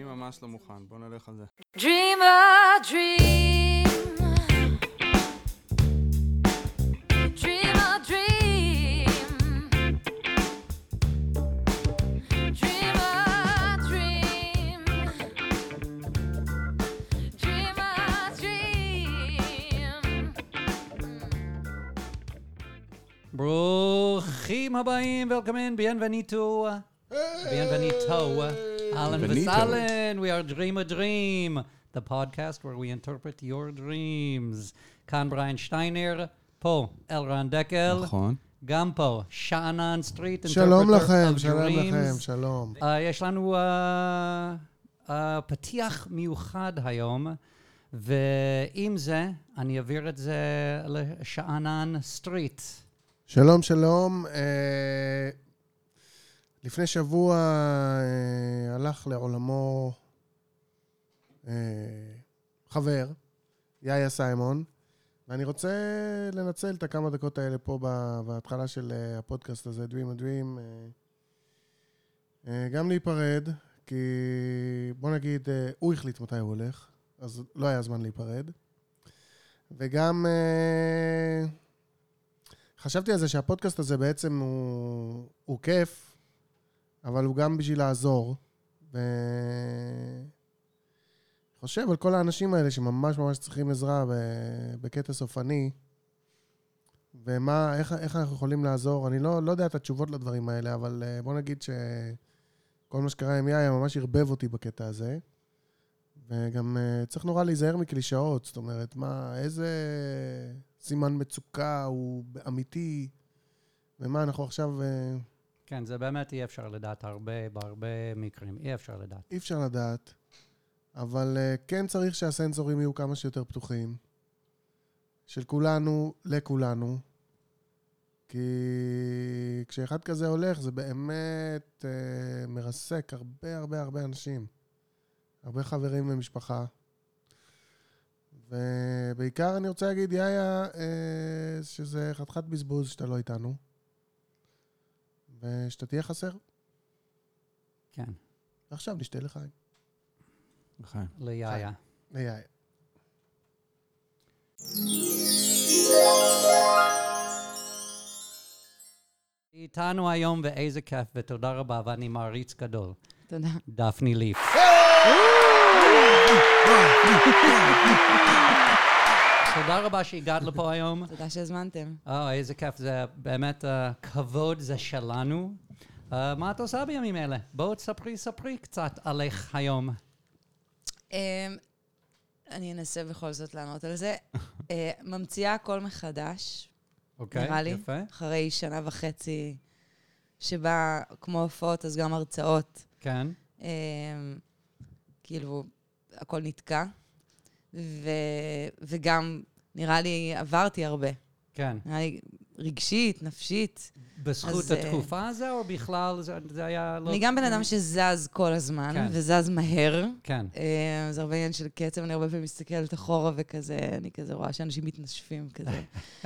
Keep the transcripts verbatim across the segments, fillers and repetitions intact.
אני ממש לא מוכן, בוא נלך על זה. Dream a dream. Dream a dream. Dream a dream. Dream a dream. ברוכים הבאים, welcome in, bienvenido. Bienvenido. Alan Vasalin, we are Dream a Dream, the podcast where we interpret your dreams. כאן בריין שטיינר, פה אלרן דקל. נכון. גם פה, שאנן סטריט, שלום interpreter לכם, of שלום dreams. לכם, שלום. Uh, יש לנו uh, uh, פתיח מיוחד היום, ועם זה אני אעביר את זה לשאנן סטריט. שלום, שלום. אה, לפני שבוע אה, הלך לעולמו אה, חבר, יאיה סיימון, ואני רוצה לנצל את הכמה דקות האלה פה בהתחלה של אה, הפודקאסט הזה, Dream a Dream, אה, אה, גם להיפרד, כי בוא נגיד, אה, הוא החליט מתי הוא הולך, אז לא היה זמן להיפרד, וגם... אה, חשבתי על זה שהפודקאסט הזה בעצם הוא, הוא כיף, אבל הוא גם בשביל לעזור. וחושב על כל האנשים האלה שממש ממש צריכים עזרה בקטע סופני, ומה, איך, איך אנחנו יכולים לעזור. אני לא, לא יודע את התשובות לדברים האלה, אבל בוא נגיד שכל מה שקרה עם יאיה ממש הרבב אותי בקטע הזה. וגם צריך נורא להיזהר מקלישאות, זאת אומרת, מה, איזה סימן מצוקה הוא אמיתי, ומה אנחנו עכשיו... כן, זה באמת אי אפשר לדעת הרבה, בהרבה מקרים, אי אפשר לדעת. אי אפשר לדעת, אבל כן צריך שהסנסורים יהיו כמה שיותר פתוחים, של כולנו לכולנו, כי כשאחד כזה הולך, זה באמת מרסק הרבה הרבה הרבה אנשים. הרבה חברים ומשפחה. ובעיקר אני רוצה להגיד, יאיה, שזה חתיכת בזבוז שאתה לא איתנו. ושאתה תהיה חסר. כן. עכשיו נשתה לחיים. לחיים. ליאיה. ליאיה. איתנו היום ואיזה כיף ותודה רבה ואני מעריץ גדול. תודה. דפני ליף. תודה רבה שהגעת לפה היום. תודה שהזמנתם. אה, איזה כיף, זה באמת כבוד, זה שלנו. מה את עושה בימים אלה? בואו תספרי, ספרי קצת עליך היום. אני אנסה בכל זאת לענות על זה. ממציאה הכל מחדש, אוקיי, נראה לי. יפה. אחרי שנה וחצי שבה כמו הופעות, אז גם הרצאות. כן. כאילו, הכל נתקע. ו... וגם, נראה לי, עברתי הרבה. כן. נראה לי רגשית, נפשית. בזכות אז, התקופה הזה, או בכלל זה, זה היה... לא... אני גם בן אדם שזז כל הזמן, כן. וזז מהר. כן. זה הרבה עניין של קצב, אני הרבה פעמים מסתכלת אחורה וכזה, אני כזה רואה שאנשים מתנשפים כזה.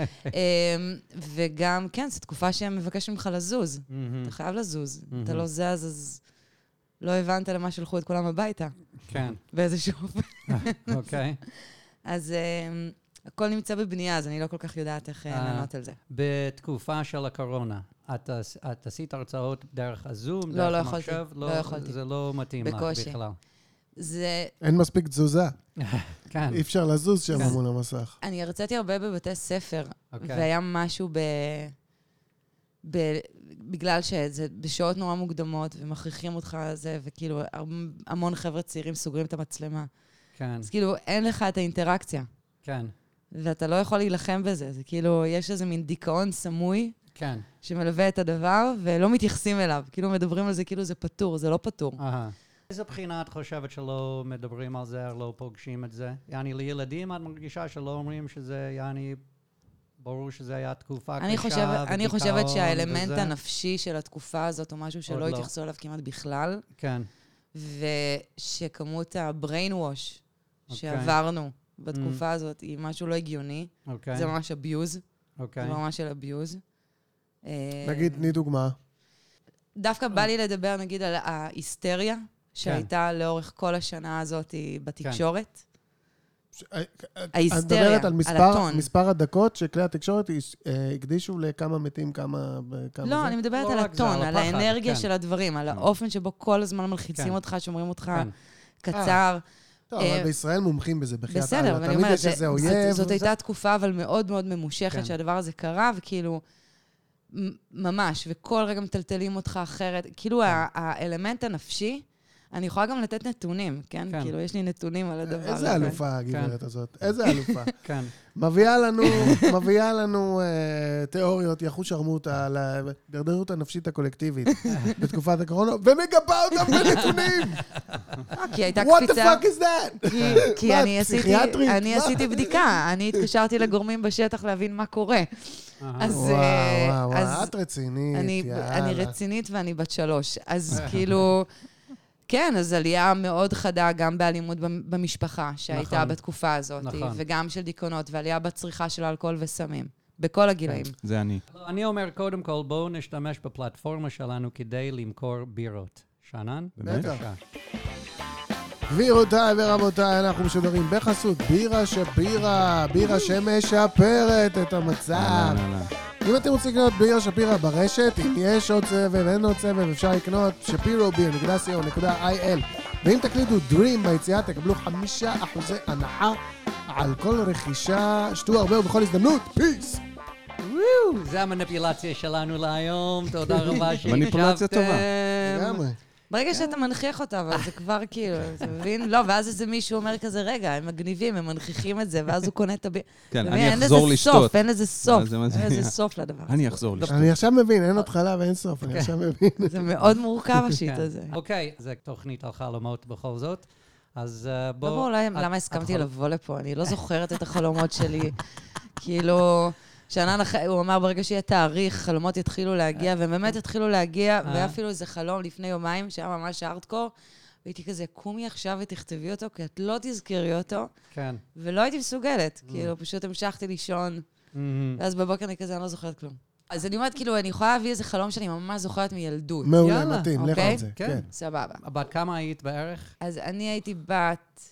וגם, כן, זו תקופה שהם מבקש ממך לזוז. אתה חייב לזוז. אתה לא זז, אז לא הבנת למה שלחו את כולם הביתה. כן. באיזשהו אופן. אוקיי. אז הכל נמצא בבנייה, אז אני לא כל כך יודעת איך לענות על זה. בתקופה של הקורונה, את, את עשית הרצאות דרך הזום, לא, דרך לא המחשב? יכולתי, לא יכולתי. זה לא מתאים לך בקושי. בכלל. זה... אין מספיק תזוזה. כן. אי אפשר לזוז שם כן. מול המסך. אני הרציתי הרבה בבתי ספר, אוקיי. והיה משהו ב... ב... בגלל שזה בשעות נורא מוקדמות, ומכריחים אותך זה, וכאילו המון חבר'ה צעירים סוגרים את המצלמה. כן. אז כאילו אין לך את האינטראקציה. כן. ואתה לא יכול להילחם בזה. זה כאילו, יש איזה מין דיכאון סמוי, כן. שמלווה את הדבר, ולא מתייחסים אליו. כאילו מדברים על זה כאילו זה פתור, זה לא פתור. אהה. איזה בחינה את חושבת שלא מדברים על זה, לא פוגשים את זה? יעני, לילדים את מרגישה שלא אומרים שזה, יעני, ברור שזה היה תקופה אני קשה חושבת, אני חושבת שהאלמנט וזה. הנפשי של התקופה הזאת, הוא משהו שלא לא. התייחסו אליו כמעט בכלל, כן. ושכמות ה-brain wash אוקיי. שעברנו בתקופה הזאת היא משהו לא הגיוני. אוקיי. זה ממש abuse. אוקיי. זה ממש של abuse. נגיד, תני דוגמה. דווקא בא לי לדבר, נגיד, על ההיסטריה שהייתה לאורך כל השנה הזאת בתקשורת. את ההיסטריה, מדברת על על מספר, הטון. מספר הדקות שכלי התקשורת אה, הקדישו לכמה מתים, כמה... כמה לא, זה? אני מדברת לא על רק זה, הטון, על על הפחד, האנרגיה כן. של הדברים, על האופן שבו כל הזמן מלחיצים כן. אותך, שומרים אותך כן. קצר. טוב, אה, אבל בישראל מומחים בזה, בחייאת בסדר, אללה. ואני תמיד אומרת, יש זה- איזה זאת- אויב. זאת הייתה תקופה אבל מאוד מאוד ממושכת כן. שהדבר הזה קרה, וכאילו, מ- ממש, וכל רגע מטלטלים אותך אחרת. כאילו, ה- האלמנט הנפשי, אני יכולה גם לתת נתונים, כן? כן. כאילו, יש לי נתונים על הדבר הזה. איזה אלופה הגברת הזאת, איזה אלופה. כן. מביאה לנו, מביאה לנו אה, תיאוריות, יחוש שרמוטה על הדרדרות הנפשית הקולקטיבית בתקופת הקורונה, ומגבה אותם בנתונים! אה, כי הייתה What the קפיצה... fuck is that? כי, כי מה, אני עשיתי, פסיכיאטרית? אני מה? עשיתי בדיקה, אני התקשרתי לגורמים בשטח להבין מה קורה. אז, וואו, אה, וואו, אז וואו, את רצינית, אני, יאללה. אני רצינית ואני בת שלוש. אז כאילו, כן, אז עלייה מאוד חדה גם באלימות במ- במשפחה שהייתה נכון. בתקופה הזאת, נכון. וגם של דיכאונות, ועלייה בצריכה של אלכוהול וסמים, בכל הגילאים. זה אני. אני אומר, קודם כל, בואו נשתמש בפלטפורמה שלנו כדי למכור בירות. שאנן? בטח. בבקשה. גבירותיי ורבותיי, אנחנו משודרים בחסות בירה שפירא, בירה שמשפרת את המצב. אהלן, אהלן. אם אתם רוצים לקנות בירה שפירא ברשת, אם יש עוד סבב, אין עוד סבב, אפשר לקנות שפירו ביר נקודה סי או נקודה איי אל. ואם תקליטו דרים ביציאה, תקבלו חמישה אחוזי הנחה על כל רכישה. שתו הרבה ובכל הזדמנות, פיס! וואו, זה המניפולציה שלנו להיום, תודה רבה שהקשבתם. מניפולציה טובה. לגמרי. ברגע שאתה מנכיח אותה, אבל זה כבר כאילו, אתה מבין? לא, ואז איזה מישהו אומר כזה, רגע, הם מגניבים, הם מנכיחים את זה, ואז הוא קונה את הבי... כן, באמת, אני אין אחזור לזה לשתות. סוף, אין לזה סוף, זה מה זה אין לזה יהיה. סוף לדבר הזה. אני אחזור לשתות. אני עכשיו מבין, אין התחלה ואין סוף, אני עכשיו מבין. זה מאוד מורכב השיט כן. הזה. אוקיי, זו תוכנית על חלומות בכל זאת. אז אה, לא בואו... ברור להם את- למה את הסכמתי חול- לבוא לפה, אני לא זוכרת את החלומות שלי. כאילו, שנה אחרי, הוא אמר, ברגע שיהיה תאריך, חלומות יתחילו להגיע, והם באמת יתחילו להגיע, והיה אפילו איזה חלום לפני יומיים, שהיה ממש ארטקור, והייתי כזה, קומי עכשיו ותכתבי אותו, כי את לא תזכרי אותו, כן. ולא הייתי מסוגלת. כאילו, פשוט המשכתי לישון, מהמם. ואז בבוקר אני כזה, אני לא זוכרת כלום. אז אני אומרת, כאילו, אני יכולה להביא איזה חלום שאני ממש זוכרת מילדות. מעולה, יאללה, מתאים, לך אוקיי? על זה. כן. כן. סבבה. בת כמה היית בערך? אז אני הייתי בת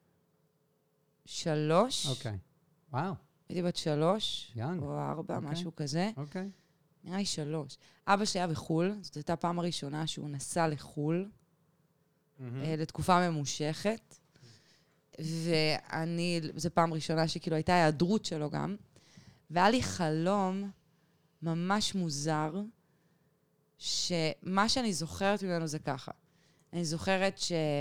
שלוש. אוקיי. וואו, הייתי בת שלוש, יאנג. או ארבע, אוקיי. משהו כזה. אוקיי. נראה לי שלוש. אבא שלי היה בחו"ל, זאת הייתה הפעם הראשונה שהוא נסע לחו"ל, אה, לתקופה ממושכת. ואני, זו פעם ראשונה שכאילו הייתה היעדרות שלו גם. והיה לי חלום ממש מוזר, שמה שאני זוכרת ממנו זה ככה. אני זוכרת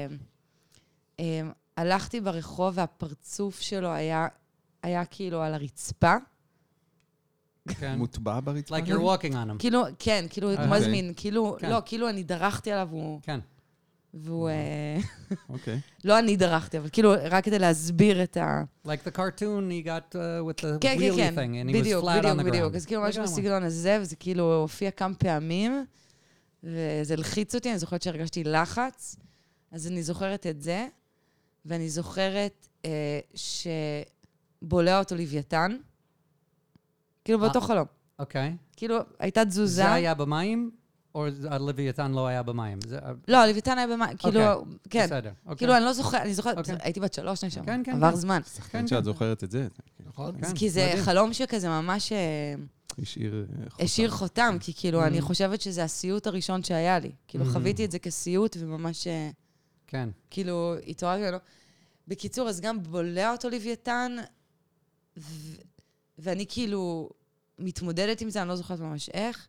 שהלכתי ברחוב והפרצוף שלו היה, היה כאילו על הרצפה. כן. מוטבע ברצפה? Like you're walking on them. כאילו, כן, כאילו, כמו אוקיי. איזה מין, כאילו, כן. לא, כאילו אני דרכתי עליו, והוא, כן. והוא, אה, אוקיי. לא אני דרכתי, אבל כאילו, רק כדי להסביר את ה... Like the cartoon he got uh, with the כן, כן, wheelie כן, thing, and he was בדיוק, flat on בדיוק, the בדיוק. ground. אז כאילו, משהו לגמרי. בסגנון הזה, וזה כאילו הופיע כמה פעמים, וזה הלחיץ אותי, אני זוכרת שהרגשתי לחץ, אז אני זוכרת את זה, ואני זוכרת אה, שבולע אותו לוויתן, כאילו באותו אה. חלום. אוקיי. כאילו, הייתה תזוזה. זה היה במים, או הלוויתן לא היה במים? זה- לא, הלוויתן היה במה, כאילו, כן. בסדר. אוקיי. כאילו, אני לא זוכרת, אני זוכרת, אוקיי. הייתי בת שלוש נשם, כן, כן, עבר כן. זמן. כן, שאת כן. זוכרת את זה. נכון? כן, כי זה מדהים. חלום שכזה ממש אה, השאיר אה, חותם. השאיר חותם, כי כאילו, Mm. אני חושבת שזה הסיוט הראשון שהיה לי. כאילו, Mm. חוויתי את זה כסיוט, וממש, אה, כן. כאילו, התעוררתי ממנו. בקיצור, אז גם בולע אותו לוויתן, ו- ואני כאילו מתמודדת עם זה, אני לא זוכרת ממש איך,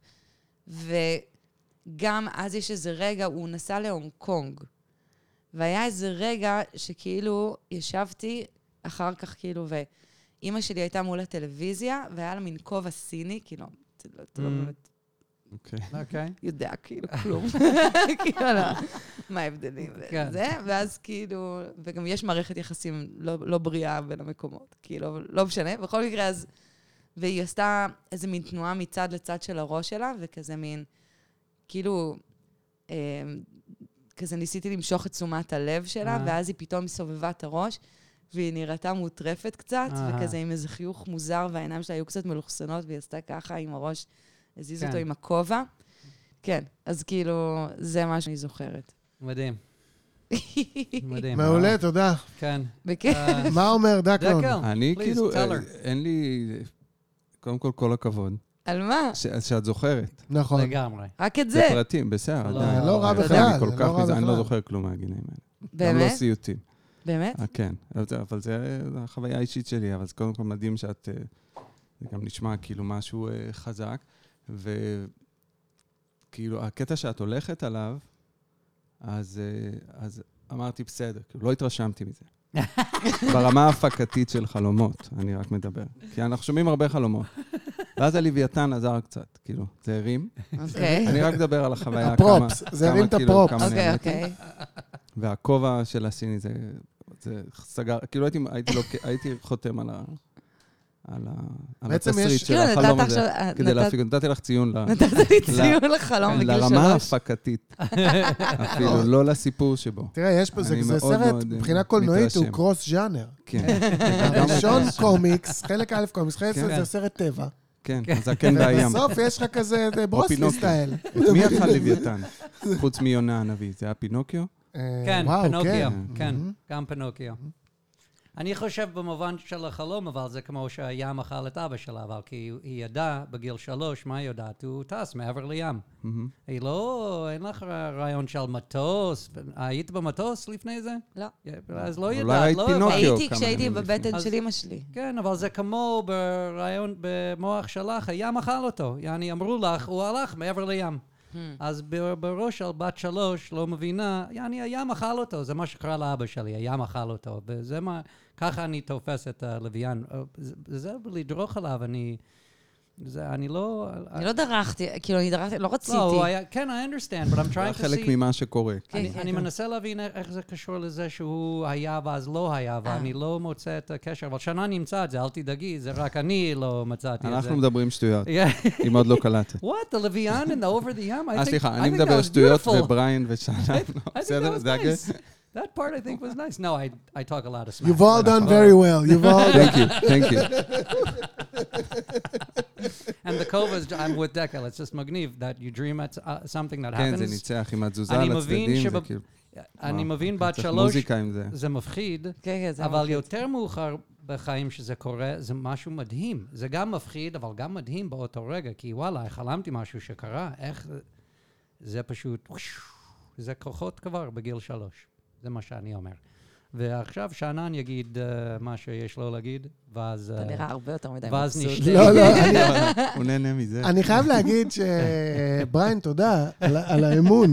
וגם אז יש איזה רגע, הוא נסע להונג קונג, והיה איזה רגע שכאילו ישבתי אחר כך, כאילו, ואימא שלי הייתה מול הטלוויזיה, והיה לה מין כובע סיני, כאילו, אתה לא- אתה לא Mm. באמת אוקיי. אוקיי. יודע, כאילו, כלום. כאילו, לא, מה ההבדלים כן. וזה, ואז כאילו, וגם יש מערכת יחסים לא, לא בריאה בין המקומות, כאילו, אבל לא משנה. בכל מקרה, אז, והיא עשתה איזה מין תנועה מצד לצד של הראש שלה, וכזה מין, כאילו, אה, כזה ניסיתי למשוך את תשומת הלב שלה, אה. ואז היא פתאום סובבה את הראש, והיא נראתה מוטרפת קצת, אה. וכזה עם איזה חיוך מוזר, והעיניים שלה היו קצת מלוכסנות, והיא עשתה ככה עם הראש, הזיז כן. אותו עם הכובע. כן, אז כאילו, זה מה שאני זוכרת. מדהים. מדהים. מעולה, תודה. כן. בכיף. אה, מה אומר דקלון? דקל, אני please, כאילו, tell אה, her. אין לי... קודם כל, כל הכבוד. על מה? ש- שאת זוכרת. נכון. לגמרי. רק את זה זה. פרטים, בסדר. לא, עדיין. לא רע אני בכלל, כל זה כך לא רע מזה, אני לא בכלל. זוכר כלום מהגינים האלה. גם לא באמת? סיוטים. באמת? אה, כן, אבל זה- אבל זה החוויה האישית שלי, אבל זה קודם כל מדהים שאת... אה, זה גם נשמע כאילו משהו אה, חזק, וכאילו, הקטע שאת הולכת עליו, אז, אה, אז אמרתי, בסדר, כאילו, לא התרשמתי מזה. ברמה ההפקתית של חלומות, אני רק מדבר. כי אנחנו שומעים הרבה חלומות. ואז הלוויתן עזר קצת, כאילו, זה הרים. אוקיי. אני רק מדבר על החוויה, הפרופס, כמה- זה כמה, הרים את כאילו, הפרופס. כמה אוקיי, נהניתי. אוקיי. והכובע של הסיני זה, זה סגר, כאילו הייתי, הייתי, לוק, הייתי חותם על, ה, על, ה, על בעצם התסריט יש- של כאילו, נתת החלום הזה, עכשיו... כדי נתת- להפיק, נתתי לך ציון ל, נתת לי ציון לחלום בגיל לרמה שלוש. ההפקתית, אפילו לא לסיפור שבו. תראה, יש פה, זה אני זה מאוד סרט, מאוד, אה, מבחינה קולנועית הוא מתרשם. קרוס ז'אנר. כן, הראשון קומיקס, חלק א' קומיקס, חלק כן. זה סרט טבע. כן, הזקן והים. ובסוף יש לך כזה ברוסלי פינוקיו. סטייל. את מי אכל לוויתן? חוץ מיונה הנביא, זה היה פינוקיו? אה, כן, וואו, פינוקיו. כן. כן, מהמם. גם פינוקיו. אני חושב במובן של החלום, אבל זה כמו שהים אכל את אבא שלה, אבל כי היא ידעה בגיל שלוש, מה היא יודעת? הוא טס מעבר לים. מהמם. היא לא, אין לך רעיון של מטוס. היית במטוס לפני זה? לא. אז לא אולי ידעת, ראית לא פינוקיו. הבנת. הייתי כמה כשהייתי ימים לפני. בבטן אז- של אמא שלי. כן, אבל זה כמו ברעיון, במוח שלך, הים אכל אותו. יעני, אמרו לך, הוא הלך מעבר לים. אז ב- בראש של בת שלוש לא מבינה, יעני, הים אכל אותו, זה מה שקרה לאבא שלי, הים אכל אותו. וזה מה, ככה אני תופס את הלוויין. זה, זה לדרוך עליו, אני, זה, אני לא... אני לא דרכתי, כאילו, אני דרכתי, לא רציתי. לא, הוא היה, כן, I understand, but I'm זה היה trying to חלק see... ממה שקורה. אני, כן, אני כן. מנסה להבין איך איך זה קשור לזה שהוא היה ואז לא היה, ואני לא מוצא את הקשר, אבל שנה נמצא את זה, אל תדאגי, זה רק אני לא מצאתי את זה. אנחנו מדברים שטויות, Yeah. אם עוד לא קלטת. What? The לוויין and the over the yam? I אה, think- סליחה, I אני think מדבר that was שטויות beautiful. ובריין ושנה. I think that בסדר? was זה היה nice. That part I think was nice. No, I, I talk a lot of smack. You've all but- done very well. You've all done... Thank you, thank you. And the kova is, I'm with Dekel, it's just magniv that you dream at uh, something that כן, זה happens. ניצח עם התזוזה אני על מבין הצדדים, זה שבב- כאילו... אני וואו, מבין בת צריך שלוש, מוזיקה עם זה. זה מפחיד, כן, כן, זה אבל מפחיד. יותר מאוחר בחיים שזה קורה, זה משהו מדהים. זה גם מפחיד, אבל גם מדהים באותו רגע, כי וואלה, חלמתי משהו שקרה, איך... זה פשוט... זה כוחות כבר בגיל שלוש. זה מה שאני אומר. ועכשיו שאנן יגיד uh, מה שיש לו להגיד, ואז... אתה uh, נראה הרבה יותר מדי ואז מבסוט. נשתה. לא, לא, אני- הוא נהנה מזה. אני חייב להגיד שבריין, תודה על ה- על האמון.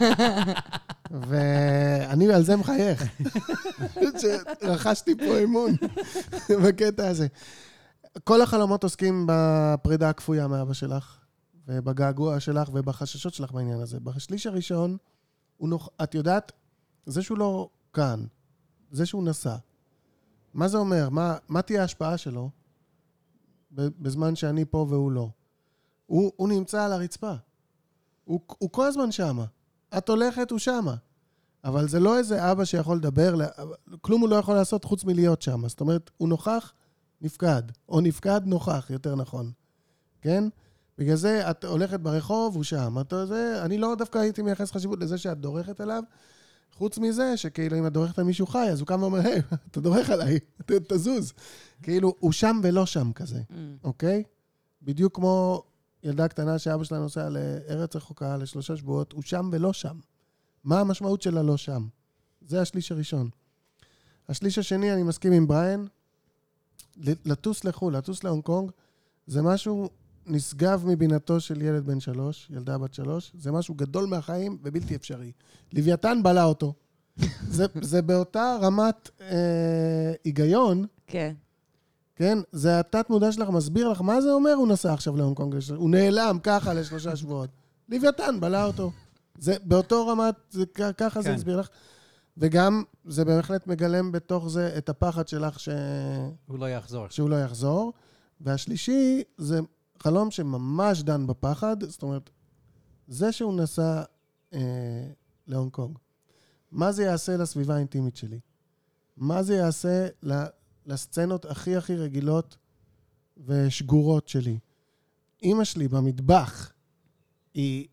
ואני על זה מחייך. שרכשתי פה אמון בקטע הזה. כל החלומות עוסקים בפרידה הכפויה מאבא שלך, ובגעגוע שלך ובחששות שלך בעניין הזה. בשליש הראשון, הוא נוח... את יודעת, זה שהוא לא כאן, זה שהוא נסע, מה זה אומר? מה, מה תהיה ההשפעה שלו בזמן שאני פה והוא לא? הוא, הוא נמצא על הרצפה. הוא, הוא כל הזמן שמה. את הולכת, הוא שמה. אבל זה לא איזה אבא שיכול לדבר, כלום הוא לא יכול לעשות חוץ מלהיות שם. זאת אומרת, הוא נוכח, נפקד. או נפקד, נוכח, יותר נכון. כן? בגלל זה את הולכת ברחוב, הוא שם. את, זה, אני לא דווקא הייתי מייחס חשיבות לזה שאת דורכת עליו, חוץ מזה שכאילו אם את דורכת על מישהו חי, אז הוא קם ואומר, היי, אתה דורך עליי, ת, תזוז. כאילו, הוא שם ולא שם כזה, אוקיי? בדיוק כמו ילדה קטנה שאבא שלה נוסע לארץ רחוקה לשלושה שבועות, הוא שם ולא שם. מה המשמעות של הלא שם? זה השליש הראשון. השליש השני, אני מסכים עם בריין, לטוס לחו"ל, לטוס להונג קונג, זה משהו נשגב מבינתו של ילד בן שלוש, ילדה בת שלוש, זה משהו גדול מהחיים ובלתי אפשרי. לוויתן בלה אותו. זה, זה באותה רמת אה, היגיון, כן. כן? זה התת מודע שלך מסביר לך, מה זה אומר הוא נסע עכשיו להונג קונג? הוא נעלם ככה לשלושה שבועות. לוויתן בלה אותו. זה באותו רמת, זה, ככה זה כן. הסביר לך. וגם זה בהחלט מגלם בתוך זה את הפחד שלך ש... הוא לא יחזור. שהוא לא יחזור. והשלישי זה חלום שממש דן בפחד, זאת אומרת, זה שהוא נסע אה, להונג קונג, מה זה יעשה לסביבה האינטימית שלי? מה זה יעשה לסצנות הכי הכי רגילות ושגורות שלי? אמא שלי במטבח, היא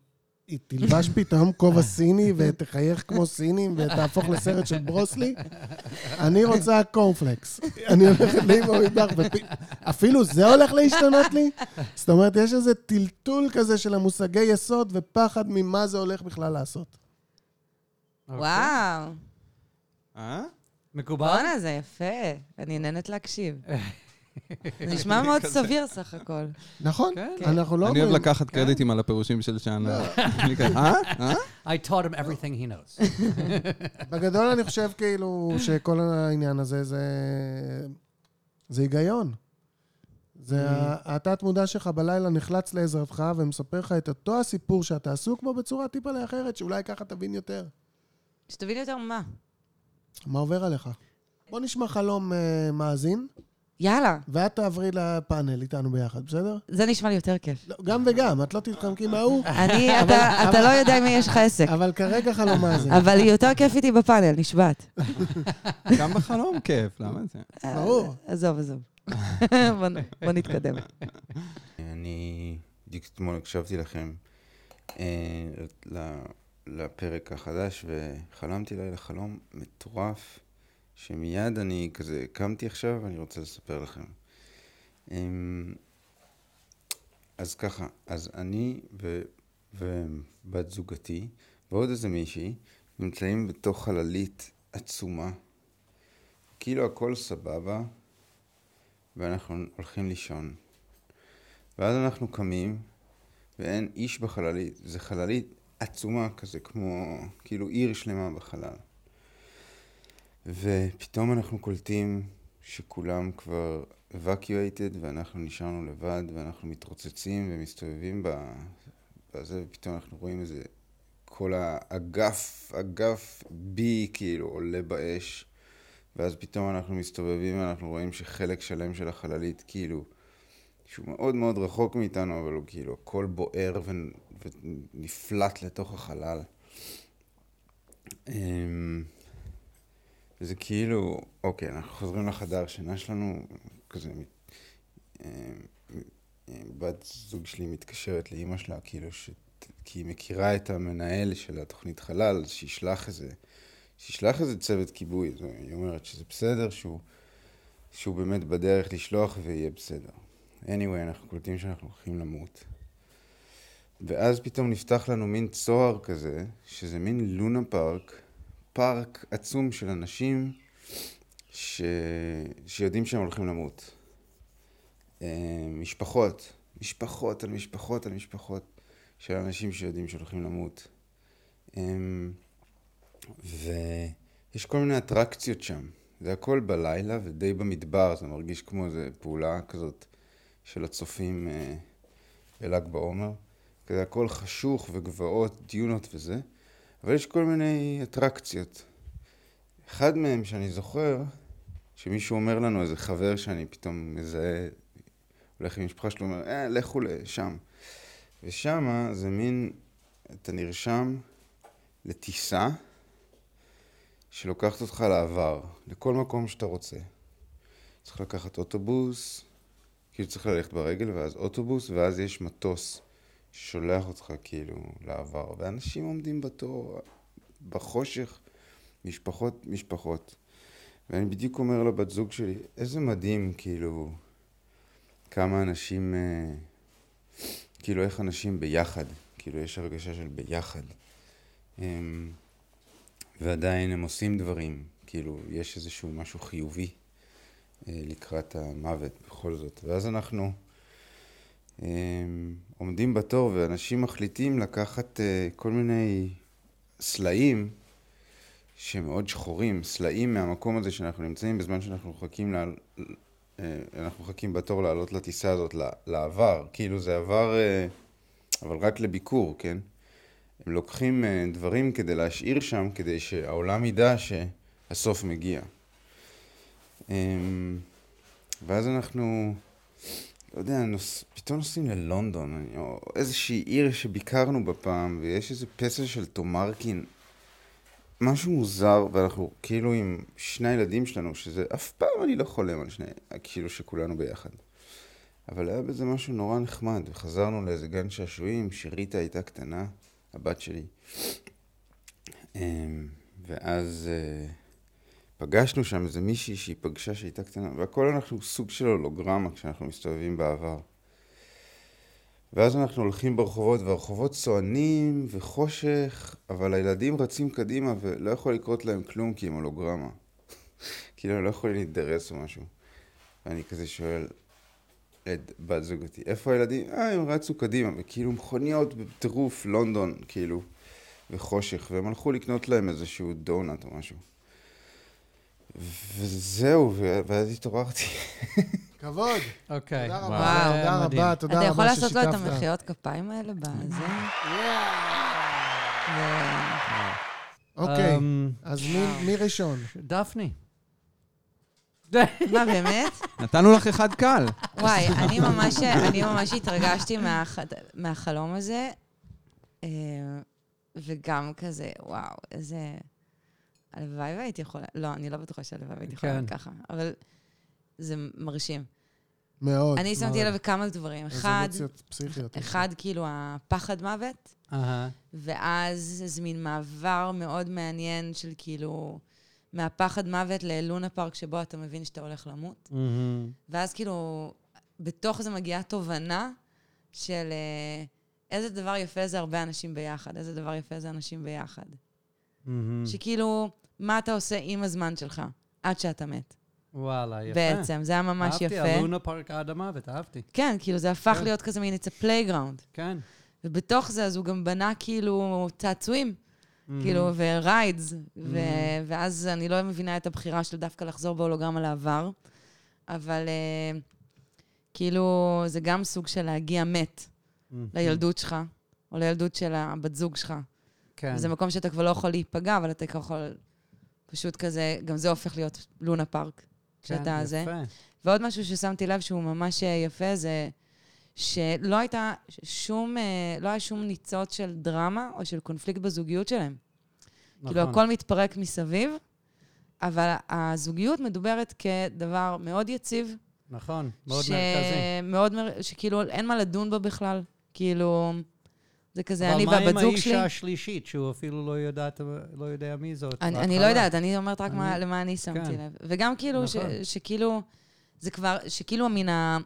היא תלבש פתאום כובע סיני ותחייך כמו סינים ותהפוך לסרט של ברוסלי. אני רוצה קורנפלקס. אני הולכת לאמא מטבח, אפילו זה הולך להשתנות לי? זאת אומרת, יש איזה טלטול כזה של המושגי יסוד ופחד ממה זה הולך בכלל לעשות. וואו. אה? מקובל? בואנה, זה יפה. אני נהנית להקשיב. זה נשמע מאוד סביר סך הכל. נכון, כן. אנחנו לא אני אוהב אומרים... לקחת קרדיטים על הפירושים של שנה. אני כזה, אה? אה? I taught him everything he knows. בגדול אני חושב כאילו שכל העניין הזה זה... זה היגיון. זה התת מודע שלך בלילה נחלץ לעזרתך ומספר לך את אותו הסיפור שאתה עסוק בו בצורה טיפה לאחרת, שאולי ככה תבין יותר. שתבין יותר מה. מה עובר עליך? בוא נשמע חלום uh, מאזין, יאללה, ואת תעברי לפאנל איתנו ביחד, בסדר? זה נשמע לי יותר כיף. לא, גם וגם, את לא תתחמקי מההוא, אני, אתה אתה לא יודע מי יש לך עסק, אבל כרגע חלום מאזין. אבל היא יותר כיף איתי בפאנל, נשבעת. גם בחלום כיף, למה זה? ברור. עזוב, עזוב. בוא נ- בוא נתקדם. אני בדיוק אתמול הקשבתי לכם אה, ל- לפרק החדש, וחלמתי לילה חלום מטורף, שמיד אני כזה קמתי עכשיו ואני רוצה לספר לכם. אה, אז ככה, אז אני ו- ובת זוגתי ועוד איזה מישהי נמצאים בתוך חללית עצומה, כאילו הכל סבבה, ואנחנו הולכים לישון. ואז אנחנו קמים, ואין איש בחללית. זה חללית עצומה כזה, כמו כאילו עיר שלמה בחלל. ופתאום אנחנו קולטים שכולם כבר evacuated, ואנחנו נשארנו לבד, ואנחנו מתרוצצים ומסתובבים בזה, ופתאום אנחנו רואים איזה, כל האגף, אגף B כאילו עולה באש, ואז פתאום אנחנו מסתובבים ואנחנו רואים שחלק שלם של החללית כאילו, שהוא מאוד מאוד רחוק מאיתנו, אבל הוא כאילו הכל בוער ו- ונפלט לתוך החלל. וזה כאילו, אוקיי, אנחנו חוזרים לחדר שינה שלנו, כזה, בת זוג שלי מתקשרת לאמא שלה, כאילו, ש... כי היא מכירה את המנהל של התוכנית חלל, אז שישלח איזה, שישלח איזה צוות כיבוי. היא אומרת שזה בסדר, שהוא, שהוא באמת בדרך לשלוח ויהיה בסדר. anyway, אנחנו קולטים שאנחנו הולכים למות. ואז פתאום נפתח לנו מין צוהר כזה, שזה מין לונה פארק, פארק עצום של אנשים ש... שיודעים שהם הולכים למות. משפחות, משפחות על משפחות על משפחות של אנשים שיודעים שהולכים למות. ויש כל מיני אטרקציות שם. זה הכל בלילה ודי במדבר, זה מרגיש כמו איזו פעולה כזאת של הצופים בל"ג בעומר. כזה הכל חשוך וגבעות, דיונות וזה. אבל יש כל מיני אטרקציות. אחד מהם שאני זוכר, שמישהו אומר לנו, איזה חבר שאני פתאום מזהה, הולך עם משפחה שלו, אומר, אה, לכו לשם. ושם זה מין, אתה נרשם לטיסה, שלוקחת אותך לעבר, לכל מקום שאתה רוצה. צריך לקחת אוטובוס, כאילו צריך ללכת ברגל, ואז אוטובוס, ואז יש מטוס ששולח אותך כאילו לעבר. ואנשים עומדים בתור, בחושך, משפחות, משפחות. ואני בדיוק אומר לבת זוג שלי, איזה מדהים, כאילו, כמה אנשים, אה, כאילו איך אנשים ביחד, כאילו יש הרגשה של ביחד. אה, ועדיין הם עושים דברים, כאילו יש איזשהו משהו חיובי אה, לקראת המוות בכל זאת. ואז אנחנו אה, עומדים בתור ואנשים מחליטים לקחת אה, כל מיני סלעים שמאוד שחורים, סלעים מהמקום הזה שאנחנו נמצאים בזמן שאנחנו מחכים, לה, אה, אנחנו מחכים בתור לעלות לטיסה הזאת לעבר. כאילו זה עבר, אה, אבל רק לביקור, כן? הם לוקחים דברים כדי להשאיר שם, כדי שהעולם ידע שהסוף מגיע. ואז אנחנו, לא יודע, נוס, פתאום נוסעים ללונדון, או איזושהי עיר שביקרנו בפעם, ויש איזה פסל של תומרקין, משהו מוזר, ואנחנו כאילו עם שני הילדים שלנו, שזה אף פעם אני לא חולם על שני, כאילו שכולנו ביחד. אבל היה בזה משהו נורא נחמד, וחזרנו לאיזה גן שעשועים, שיריתה הייתה קטנה, הבת שלי. אמ, ואז אה, פגשנו שם איזה מישהי שהיא פגשה שהייתה קטנה, והכל אנחנו סוג של הולוגרמה כשאנחנו מסתובבים בעבר. ואז אנחנו הולכים ברחובות, והרחובות צוענים וחושך, אבל הילדים רצים קדימה ולא יכול לקרות להם כלום כי הם הולוגרמה. כאילו הם לא יכולים להתדרס או משהו. ואני כזה שואל את בת זוגתי, איפה הילדים? אה, הם רצו קדימה, וכאילו מכוניות בטירוף לונדון, כאילו, וחושך, והם הלכו לקנות להם איזשהו דונט או משהו. וזהו, ואז התעוררתי. כבוד. אוקיי. תודה וואו, רבה, זה תודה מדהים. רבה, תודה אתה יכול רבה לעשות לו את ששיתפת. המחיאות כפיים האלה בזה? אוקיי, אמ, אז מי- מי ראשון? דפני. מה, באמת? נתנו לך אחד קל. וואי, אני ממש, אני ממש התרגשתי מהח... מהחלום הזה, אה, וגם כזה, וואו, איזה... הלוואי והייתי יכולה... לא, אני לא בטוחה שהלוואי והייתי יכולה כן. ככה, אבל זה מרשים. מאוד. אני שמתי מאוד. לב לכמה דברים. אחד, רזולוציות פסיכיות. אחד כאילו הפחד מוות, אהה. ואז איזה מין מעבר מאוד מעניין של כאילו, מהפחד מוות ללונה פארק שבו אתה מבין שאתה הולך למות. מהמם. ואז כאילו, בתוך זה מגיעה תובנה של אה, איזה דבר יפה זה הרבה אנשים ביחד, איזה דבר יפה זה אנשים ביחד. מהמם. שכאילו, מה אתה עושה עם הזמן שלך, עד שאתה מת. וואלה, יפה. בעצם, זה היה ממש אהבתי, יפה. הלונה פארק עד המוות, אהבתי. כן, כאילו זה הפך כן. להיות כזה מין, it's a playground. כן. ובתוך זה, אז הוא גם בנה כאילו צעצועים, כאילו, וריידס, ו- ואז אני לא מבינה את הבחירה של דווקא לחזור בהולוגרמה לעבר, אבל אה, כאילו, זה גם סוג של להגיע מת לילדות שלך, או לילדות של הבת זוג שלך. כן. זה מקום שאתה כבר לא יכול להיפגע, אבל אתה יכול פשוט כזה, גם זה הופך להיות לונה פארק, כשאתה כן, זה. יפה. ועוד משהו ששמתי לב שהוא ממש יפה, זה שלא הייתה שום, אה, לא היה שום ניצוץ של דרמה או של קונפליקט בזוגיות שלהם. כאילו, נכון. הכל מתפרק מסביב, אבל הזוגיות מדוברת כדבר מאוד יציב. נכון, מאוד ש- מרכזי. מאוד מר... שכאילו אין מה לדון בו בכלל. כאילו, זה כזה, אני אבל מה והבת עם זוג שלי. האישה השלישית, שהוא אפילו לא יודעת- לא יודע מי זאת? אני, אני בהתחלה? לא יודעת, אני אומרת רק מה, אני- למה אני שמתי כן. לב. וגם כאילו, ש, נכון. שכאילו, זה כבר, שכאילו מן ה-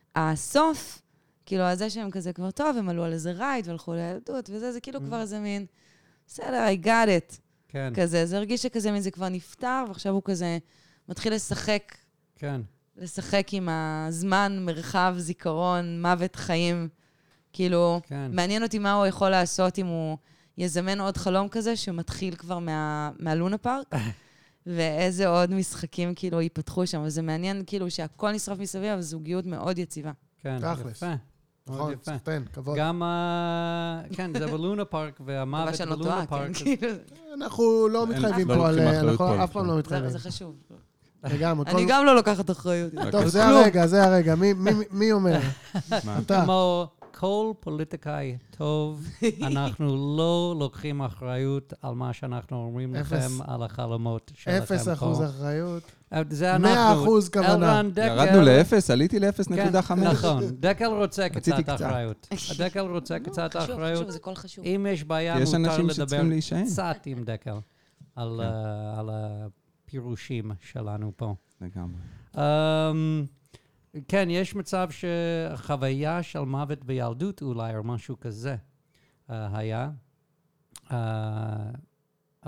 הסוף, כאילו, הזה שהם כזה כבר טוב, הם עלו על איזה רייד והלכו לילדות וזה, זה כאילו כבר איזה מין, בסדר, I got it, כן, כזה. זה הרגיש שכזה מין, זה כבר נפטר, ועכשיו הוא כזה מתחיל לשחק, כן. לשחק עם הזמן, מרחב, זיכרון, מוות, חיים. כאילו, כן. מעניין אותי מה הוא יכול לעשות אם הוא יזמן עוד חלום כזה, שמתחיל כבר מה, מהלונה פארק, ואיזה עוד משחקים כאילו ייפתחו שם. וזה מעניין כאילו שהכל נשרף מסביב, אבל זוגיות מאוד יציבה. כן, תכלס. יפה. מאוד נכון, יפה. סחטיין, כבוד. גם, ה- כן, זה בלונה פארק, מקווה והמוות שאני לא בלונה טועה, פארק. כן, כאילו, אנחנו לא מתחייבים לא פה על... לוקחים אחריות אנחנו פה על אף פעם לא כלום. מתחייבים. זה, זה חשוב. לגמרי. אני כל- גם לא לוקחת אחריות. טוב, זה כלום. הרגע, זה הרגע. מי- מי- מי אומר? מה? אתה. כמו כל פוליטיקאי טוב, אנחנו לא לוקחים אחריות על מה שאנחנו אומרים אפס. לכם, על החלומות שלכם פה. אפס אחוז אחריות. זה אנחנו. מאה אחוז כוונה. אלרן דקל. ירדנו לאפס, עליתי לאפס כן, נקודה חמש. נכון. דקל רוצה רציתי קצת קצת. אחריות. דקל רוצה קצת חשוב, אחריות. חשוב, זה כל חשוב. אם יש בעיה, יש מותר אנשים לדבר שצריכים להישען. קצת עם דקל על, אה, על הפירושים שלנו פה. לגמרי. Um, כן, יש מצב שחוויה של מוות בילדות אולי, או משהו כזה, uh, היה. Uh, um,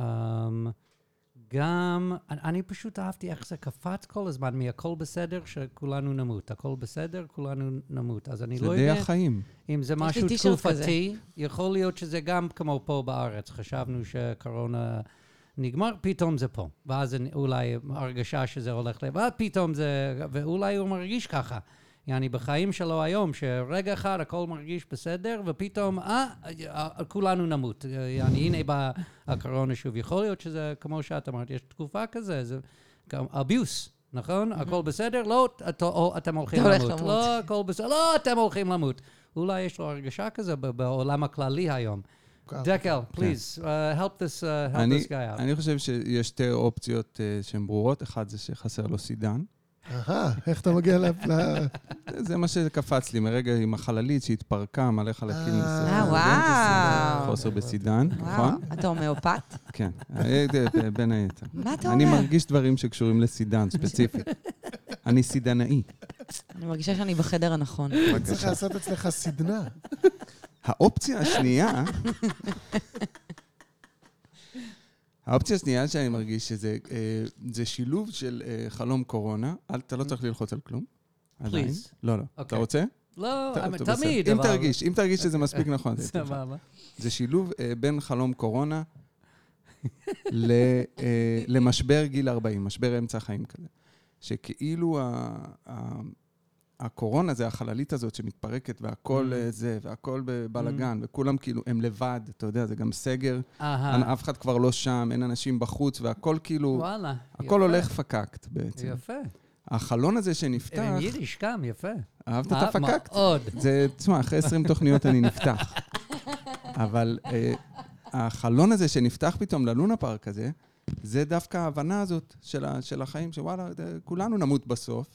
גם, אני, אני פשוט אהבתי איך זה קפץ כל הזמן, מהכל בסדר, שכולנו נמות. הכל בסדר, כולנו נמות. אז אני זה לא די יודע החיים. אם זה לי משהו טישרט תקופתי. יכול להיות שזה גם כמו פה בארץ. חשבנו שקורונה נגמר, פתאום זה פה. ואז אני- אולי הרגשה שזה הולך ל... ואז פתאום זה... ואולי הוא מרגיש ככה. יעני, בחיים שלו היום, שרגע אחד הכל מרגיש בסדר, ופתאום, אה, אה, כולנו נמות. יעני, הנה בא הקורונה שוב. יכול להיות שזה, כמו שאת אמרת, יש תקופה כזה, זה גם אביוס, נכון? הכל בסדר? לא, את- או אתם הולכים אתה הולך למות. למות. לא, הכל בסדר, לא, אתם הולכים למות. אולי יש לו הרגשה כזה ב- בעולם הכללי היום. דקל, please, uh, help this, uh, help אני- this guy out. אני חושב שיש שתי אופציות אה, שהן ברורות. אחד זה שחסר לו סידן. אהה, איך אתה מגיע ל... ל- זה מה שקפץ לי מרגע עם החללית שהתפרקה, מלא חלקים. אה, מסביב. וואו. חוסר בסידן, וואו, נכון? אתה הומאופת? כן, אה, אה, בין היתר. מה אתה אני אומר? מרגיש דברים שקשורים לסידן, ספציפית. אני סידנאי. אני מרגישה שאני בחדר הנכון. צריך לעשות אצלך סדנה. האופציה השנייה, האופציה השנייה שאני מרגיש שזה אה, זה שילוב של אה, חלום קורונה. אל- אתה לא צריך ללחוץ על כלום. עדיין. Please. לא, לא. אתה אוקיי. רוצה? לא, ת- אבל טוב, בסדר. תמיד, אם אבל... תרגיש, אם תרגיש שזה מספיק נכון. זה טוב. סבבה. זה שילוב אה, בין חלום קורונה ל- אה, למשבר גיל ארבעים, משבר אמצע החיים כזה. שכאילו ה- ה- הקורונה זה החללית הזאת שמתפרקת והכל Mm. אה, זה, והכל בבלגן, וכולם כאילו, הם לבד, אתה יודע, זה גם סגר, אהה. אף אחד כבר לא שם, אין אנשים בחוץ, והכל כאילו, וואלה. הכל יפה. הולך פקקט בעצם. יפה. החלון הזה שנפתח, עם יידיש גם, יפה. אהבת אה, את הפקקט? מאוד. זה, תשמע, אחרי עשרים תוכניות אני נפתח. אבל אה, החלון הזה שנפתח פתאום ללונה פארק הזה, זה דווקא ההבנה הזאת של, ה, של החיים, שוואלה, זה- כולנו נמות בסוף,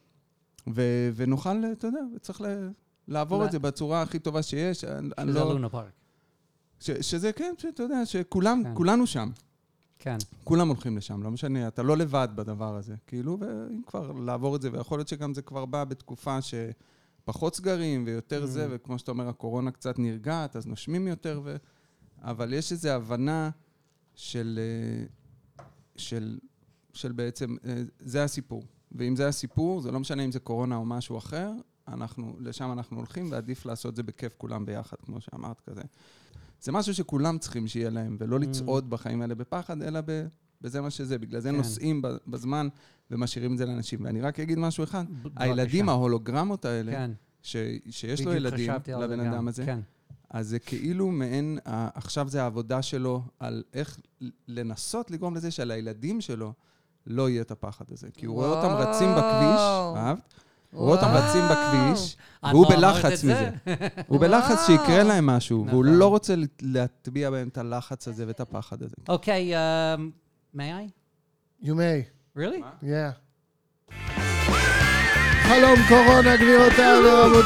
ו, ונוכל, אתה יודע, צריך ל, לעבור לא. את זה בצורה הכי טובה שיש. אני, אני שזה לא, לונה פארק. ש, שזה כן, שאתה יודע, שכולם, כן. כולנו שם. כן. כולם הולכים לשם, לא משנה, אתה לא לבד בדבר הזה, כאילו, ואם כבר לעבור את זה, ויכול להיות שגם זה כבר בא בתקופה שפחות סגרים ויותר זה, Mm. וכמו שאתה אומר, הקורונה קצת נרגעת, אז נושמים יותר, ו... אבל יש איזו הבנה של, אה, של, של בעצם, אה, זה הסיפור. ואם זה הסיפור, זה לא משנה אם זה קורונה או משהו אחר, אנחנו, לשם אנחנו הולכים, ועדיף לעשות זה בכיף כולם ביחד, כמו שאמרת כזה. זה משהו שכולם צריכים שיהיה להם, ולא לצעוד בחיים האלה בפחד, אלא ב, בזה מה שזה. בגלל זה כן. נוסעים ב- בזמן ומשאירים את זה לאנשים. ואני רק אגיד משהו אחד, ב- הילדים, בבקשה. ההולוגרמות האלה, כן. ש, שיש לו בדיוק ילדים, חשבתי על זה לבן גם. אדם הזה, כן. אז זה כאילו מעין, ה- עכשיו זה העבודה שלו על איך לנסות לגרום לזה שלילדים שלו לא יהיה את הפחד הזה. כי הוא רואה אותם וואו. רצים בכביש, אהבת? הוא רואה אותם רצים בכביש, והוא את לא אמרת בלחץ את זה? מזה. הוא בלחץ שיקרה להם משהו, והוא נכון. לא רוצה להטביע בהם את הלחץ הזה ואת הפחד הזה. Okay, um, may I? You may, Really? yeah. חלום קורונה, גבירותיי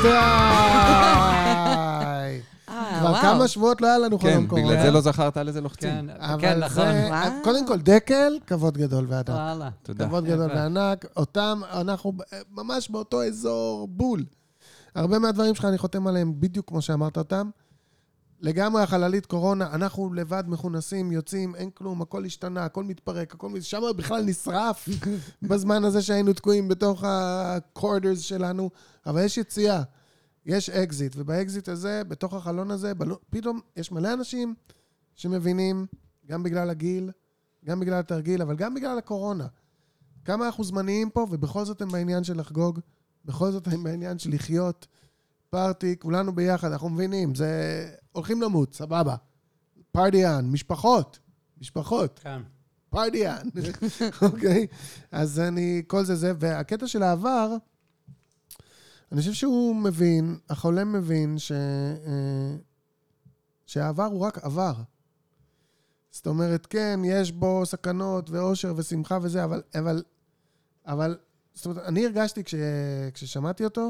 ורבותיי. אה, כבר וואו. כמה שבועות לא היה לנו כן, חלום קורונה. בגלל זה לא זכרת על איזה לוחצים. כן, כן, אבל נכון. זה, וואו. קודם כל, דקל, כבוד גדול וענק. וואלה. תודה. כבוד גדול יפה. וענק. אותם, אנחנו ממש באותו אזור בול. הרבה מהדברים שלך אני חותם עליהם בדיוק כמו שאמרת אותם. לגמרי החללית קורונה, אנחנו לבד מכונסים, יוצאים, אין כלום, הכל השתנה, הכל מתפרק, הכל... שם בכלל נשרף בזמן הזה שהיינו תקועים בתוך הקורדרס שלנו. אבל יש יציאה, יש אקזיט, ובאקזיט הזה, בתוך החלון הזה, בלו... פתאום יש מלא אנשים שמבינים, גם בגלל הגיל, גם בגלל התרגיל, אבל גם בגלל הקורונה. כמה אנחנו זמניים פה, ובכל זאת הם בעניין של לחגוג, בכל זאת הם בעניין של לחיות, פארטי, כולנו ביחד, אנחנו מבינים, זה... הולכים למות, סבבה. פארטיאן, משפחות, משפחות, כן. פארטיאן, אוקיי? אז אני, כל זה זה, והקטע של העבר, אני חושב שהוא מבין, החולם מבין ש... אה, שהעבר הוא רק עבר. זאת אומרת, כן, יש בו סכנות ואושר ושמחה וזה, אבל, אבל, אבל, זאת אומרת, אני הרגשתי כש, כששמעתי אותו,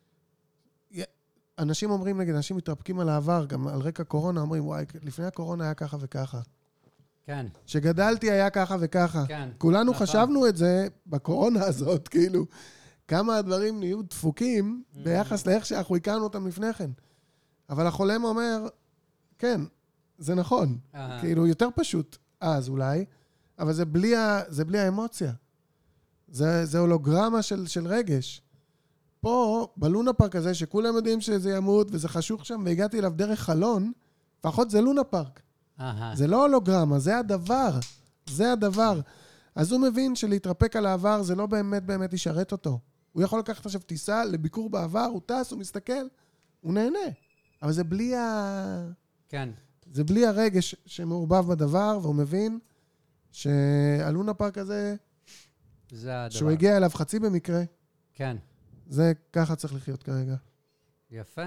אנשים אומרים, נגיד, אנשים מתרפקים על העבר, גם על רקע קורונה, אומרים, וואי, לפני הקורונה היה ככה וככה. כן. שגדלתי היה ככה וככה. כן. כולנו נכון. חשבנו את זה בקורונה הזאת, כאילו, כמה הדברים נהיו דפוקים ביחס לאיך שאנחנו הכרנו אותם לפני כן. אבל החולם אומר, כן, זה נכון. אהה. כאילו, יותר פשוט אז אולי, אבל זה בלי, ה, זה בלי האמוציה. זה, זה הולוגרמה של, של רגש. פה, בלונה פארק הזה, שכולם יודעים שזה ימות וזה חשוך שם, והגעתי אליו דרך חלון, לפחות זה לונה פארק. אהה. זה לא הולוגרמה, זה הדבר. זה הדבר. אז הוא מבין שלהתרפק על העבר זה לא באמת באמת ישרת אותו. הוא יכול לקחת עכשיו טיסה לביקור בעבר, הוא טס, הוא מסתכל, הוא נהנה. אבל זה בלי ה... כן. זה בלי הרגש שמעורבב בדבר, והוא מבין שהלונה פארק הזה, זה הדבר. שהוא הגיע אליו חצי במקרה, כן. זה ככה צריך לחיות כרגע. יפה.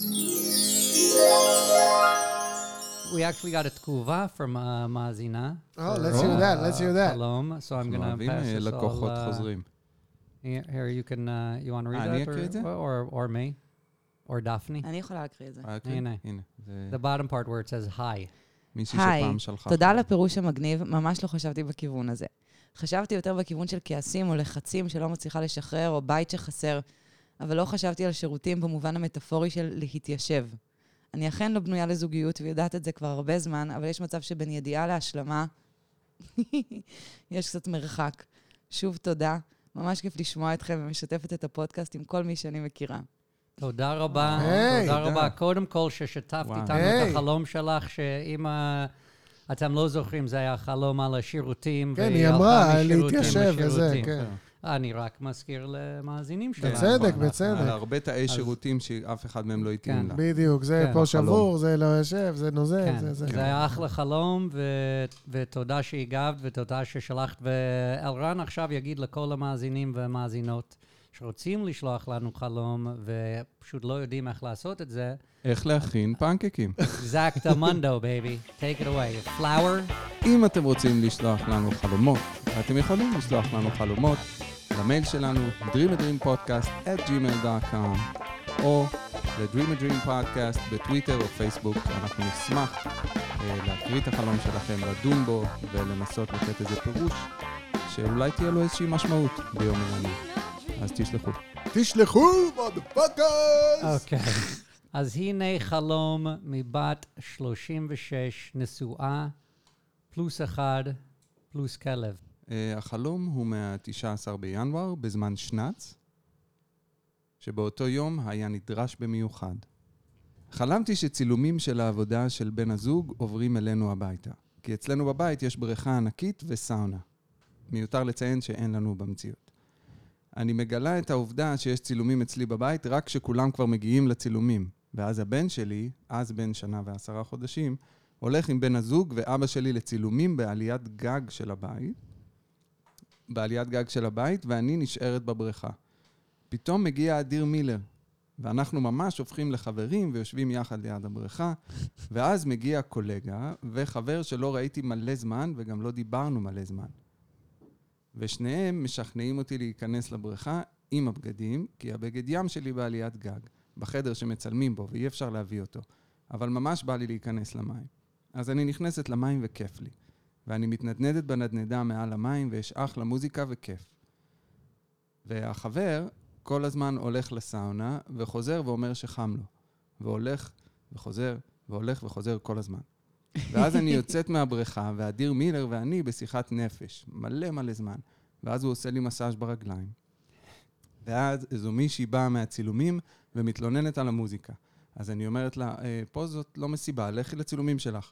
We actually got a תגובה from a מאזינה. Oh, let's hear that, let's hear that. חלום, so I'm אנחנו gonna אוהבים pass אה, this all, לקוחות uh, חוזרים. Here, here you can, uh, you want to read אני that? אקריא את זה? Or, or, or me? Or Daphne? אני יכולה להקריא את זה. אוקיי, הנה. הנה. זה The bottom part where it says hi. מישהי היי, שפעם שלחה. תודה על הפירוש המגניב, ממש לא חשבתי בכיוון הזה. חשבתי יותר בכיוון של כעסים או לחצים שלא מצליחה לשחרר, או בית שחסר, אבל לא חשבתי על שירותים במובן המטאפורי של להתיישב. אני אכן לא בנויה לזוגיות ויודעת את זה כבר הרבה זמן, אבל יש מצב שבין ידיעה להשלמה, יש קצת מרחק. שוב תודה, ממש כיף לשמוע אתכם ומשתפת את הפודקאסט עם כל מי שאני מכירה. תודה רבה, היי. תודה תודה. רבה. קודם כל ששתפת וואו. איתנו היי. את החלום שלך, שאם אה, אתם לא זוכרים, זה היה חלום על השירותים. כן, והיא היא הלכה אמרה משירותים להתיישב וזה, לשירותים. כן. אני רק מזכיר למאזינים שלנו. בצדק, אנחנו- בצדק. על הרבה תאי אז- שירותים שאף אחד מהם לא התאים כן. לה. בדיוק, זה כן. פה החלום. שבור, זה לא יושב, זה נוזל, כן, זה זה. זה היה אחלה חלום, ו- ותודה שהגבת, ותודה ששלחת. ואלרן עכשיו יגיד לכל המאזינים והמאזינות שרוצים לשלוח לנו חלום, ופשוט לא יודעים איך לעשות את זה, איך להכין פנקקים. Exacta Mundo, baby. Take it away. Flour. אם אתם רוצים לשלוח לנו חלומות, אתם יכולים לשלוח לנו חלומות למייל שלנו, dreamadreampodcast at gmail dot com, או ל-Dream a Dream Podcast בטוויטר או פייסבוק. אנחנו נשמח אה, להקריא את החלום שלכם, לדון בו ולנסות לתת איזה פירוש שאולי תהיה לו איזושהי משמעות ביום מלאנו. אז תשלחו. תשלחו, motherfuckers! אוקיי. אז הנה חלום מבת שלושים ושש, נשואה, פלוס אחד, פלוס כלב. Uh, החלום הוא מה-תשעה עשר בינואר, בזמן שנץ, שבאותו יום היה נדרש במיוחד. חלמתי שצילומים של העבודה של בן הזוג עוברים אלינו הביתה, כי אצלנו בבית יש בריכה ענקית וסאונה. מיותר לציין שאין לנו במציאות. אני מגלה את העובדה שיש צילומים אצלי בבית רק כשכולם כבר מגיעים לצילומים, ואז הבן שלי, אז בן שנה ועשרה חודשים, הולך עם בן הזוג ואבא שלי לצילומים בעליית גג של הבית, בעליית גג של הבית, ואני נשארת בבריכה. פתאום מגיע אדיר מילר, ואנחנו ממש הופכים לחברים ויושבים יחד ליד הבריכה, ואז מגיע קולגה וחבר שלא ראיתי מלא זמן וגם לא דיברנו מלא זמן. ושניהם משכנעים אותי להיכנס לבריכה עם הבגדים, כי הבגד ים שלי בעליית גג, בחדר שמצלמים בו, ואי אפשר להביא אותו. אבל ממש בא לי להיכנס למים. אז אני נכנסת למים וכיף לי. ואני מתנדנדת בנדנדה מעל המים, ויש אחלה מוזיקה וכיף. והחבר כל הזמן הולך לסאונה, וחוזר ואומר שחם לו. והולך וחוזר, והולך וחוזר כל הזמן. ואז אני יוצאת מהבריכה, ואדיר מילר ואני בשיחת נפש, מלא מלא זמן. ואז הוא עושה לי מסאז' ברגליים. ואז איזו מישהי באה מהצילומים, ומתלוננת על המוזיקה. אז אני אומרת לה, פה זאת לא מסיבה, לכי לצילומים שלך.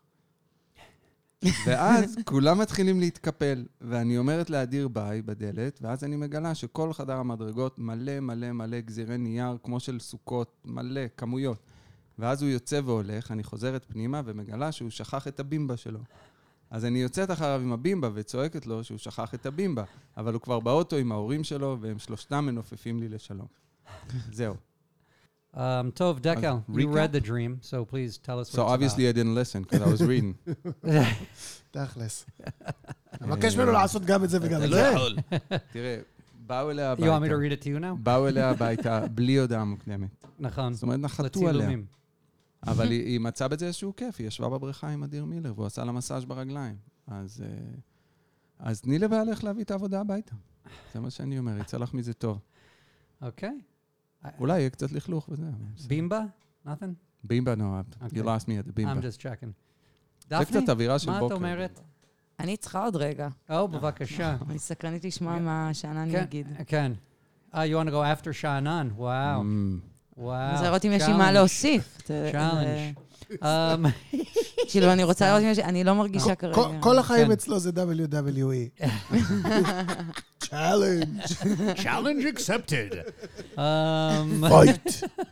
ואז כולם מתחילים להתקפל, ואני אומרת לאדיר ביי בדלת, ואז אני מגלה שכל חדר המדרגות מלא מלא מלא גזירי נייר, כמו של סוכות, מלא, כמויות. ואז הוא יוצא והולך, אני חוזרת פנימה ומגלה שהוא שכח את הבימבה שלו. אז אני יוצאת אחריו עם הבימבה וצועקת לו שהוא שכח את הבימבה, אבל הוא כבר באוטו עם ההורים שלו, והם שלושתם מנופפים לי לשלום. זהו. Um, Tov, Dekel, you recap? read the dream, so please tell us what So it's obviously I didn't listen, because I was reading. תכלס. מבקש ממנו לעשות גם את זה וגם את לא זה. יכול. תראה, באו אליה about. You want me to הביתה. read it to you now? באו אליה הביתה בלי הודעה מוקדמת. נכון. זאת אומרת, נחתו עליה. לצילומים. אבל היא, היא מצאה בזה איזשהו כיף, היא ישבה בבריכה עם אדיר מילר, והוא עשה לה מסאז' ברגליים. אז, אה, אז תני לבעלך להביא את העבודה הביתה. זה מה שאני אומר, יצא לך מזה טוב. אוקיי. אולי יהיה קצת לכלוך וזה. בימבה? Nothing? בימבה, no, Okay. you lost me at the בימבה. I'm just checking. זה דפני, קצת אווירה של מה את בוקר. אומרת? אני צריכה עוד רגע. או, בבקשה. אני סקרנית לשמוע מה שאנן כן, יגיד. כן. Uh, you want to go after שאנן? וואו. Mm. וואו. אז לראות אם יש לי מה להוסיף. זה- צ'אלנג'. Um, כאילו, אני רוצה לראות אם יש... אני לא מרגישה כרגע. כל- כל החיים כן. אצלו זה דאבליו דאבליו אי. צ'אלנג'. challenge accepted. Um, פייט.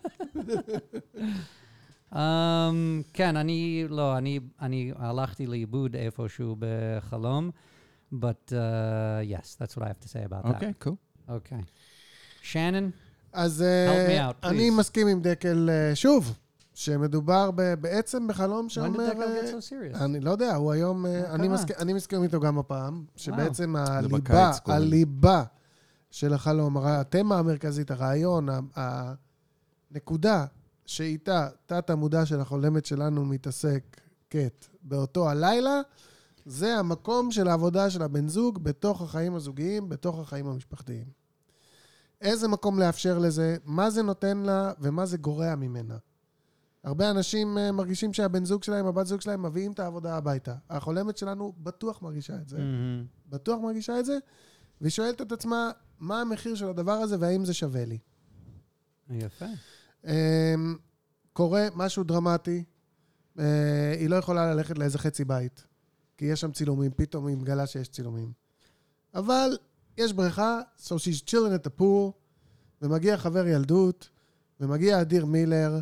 um, כן, אני, לא, אני, אני הלכתי לאיבוד איפשהו בחלום, but uh, yes, that's what I have to say about that. אוקיי, cool. Okay. Shannon? אז Help me אה, out, אני please. מסכים עם דקל אה, שוב, שמדובר ב- בעצם בחלום When did שאומר... that אה, get so serious? אני לא יודע, הוא היום... אה, מה אני קרה? מסכ- אני מסכים איתו גם הפעם, שבעצם הליבה, בקיץ קוראים. הליבה של החלום, התמה המרכזית, הרעיון, הנקודה שאיתה תת המודע של החולמת שלנו מתעסקת באותו הלילה, זה המקום של העבודה של הבן זוג בתוך החיים הזוגיים, בתוך החיים המשפחתיים. איזה מקום לאפשר לזה, מה זה נותן לה ומה זה גורע ממנה. הרבה אנשים מרגישים שהבן זוג שלהם, הבת זוג שלהם, מביאים את העבודה הביתה. החולמת שלנו בטוח מרגישה את זה. Mm-hmm. בטוח מרגישה את זה, והיא שואלת את עצמה, מה המחיר של הדבר הזה והאם זה שווה לי. יפה. קורה משהו דרמטי, היא לא יכולה ללכת לאיזה חצי בית, כי יש שם צילומים, פתאום היא מגלה שיש צילומים. אבל יש בריכה, so she's chilling at the pool, ומגיע חבר ילדות, ומגיע אדיר מילר,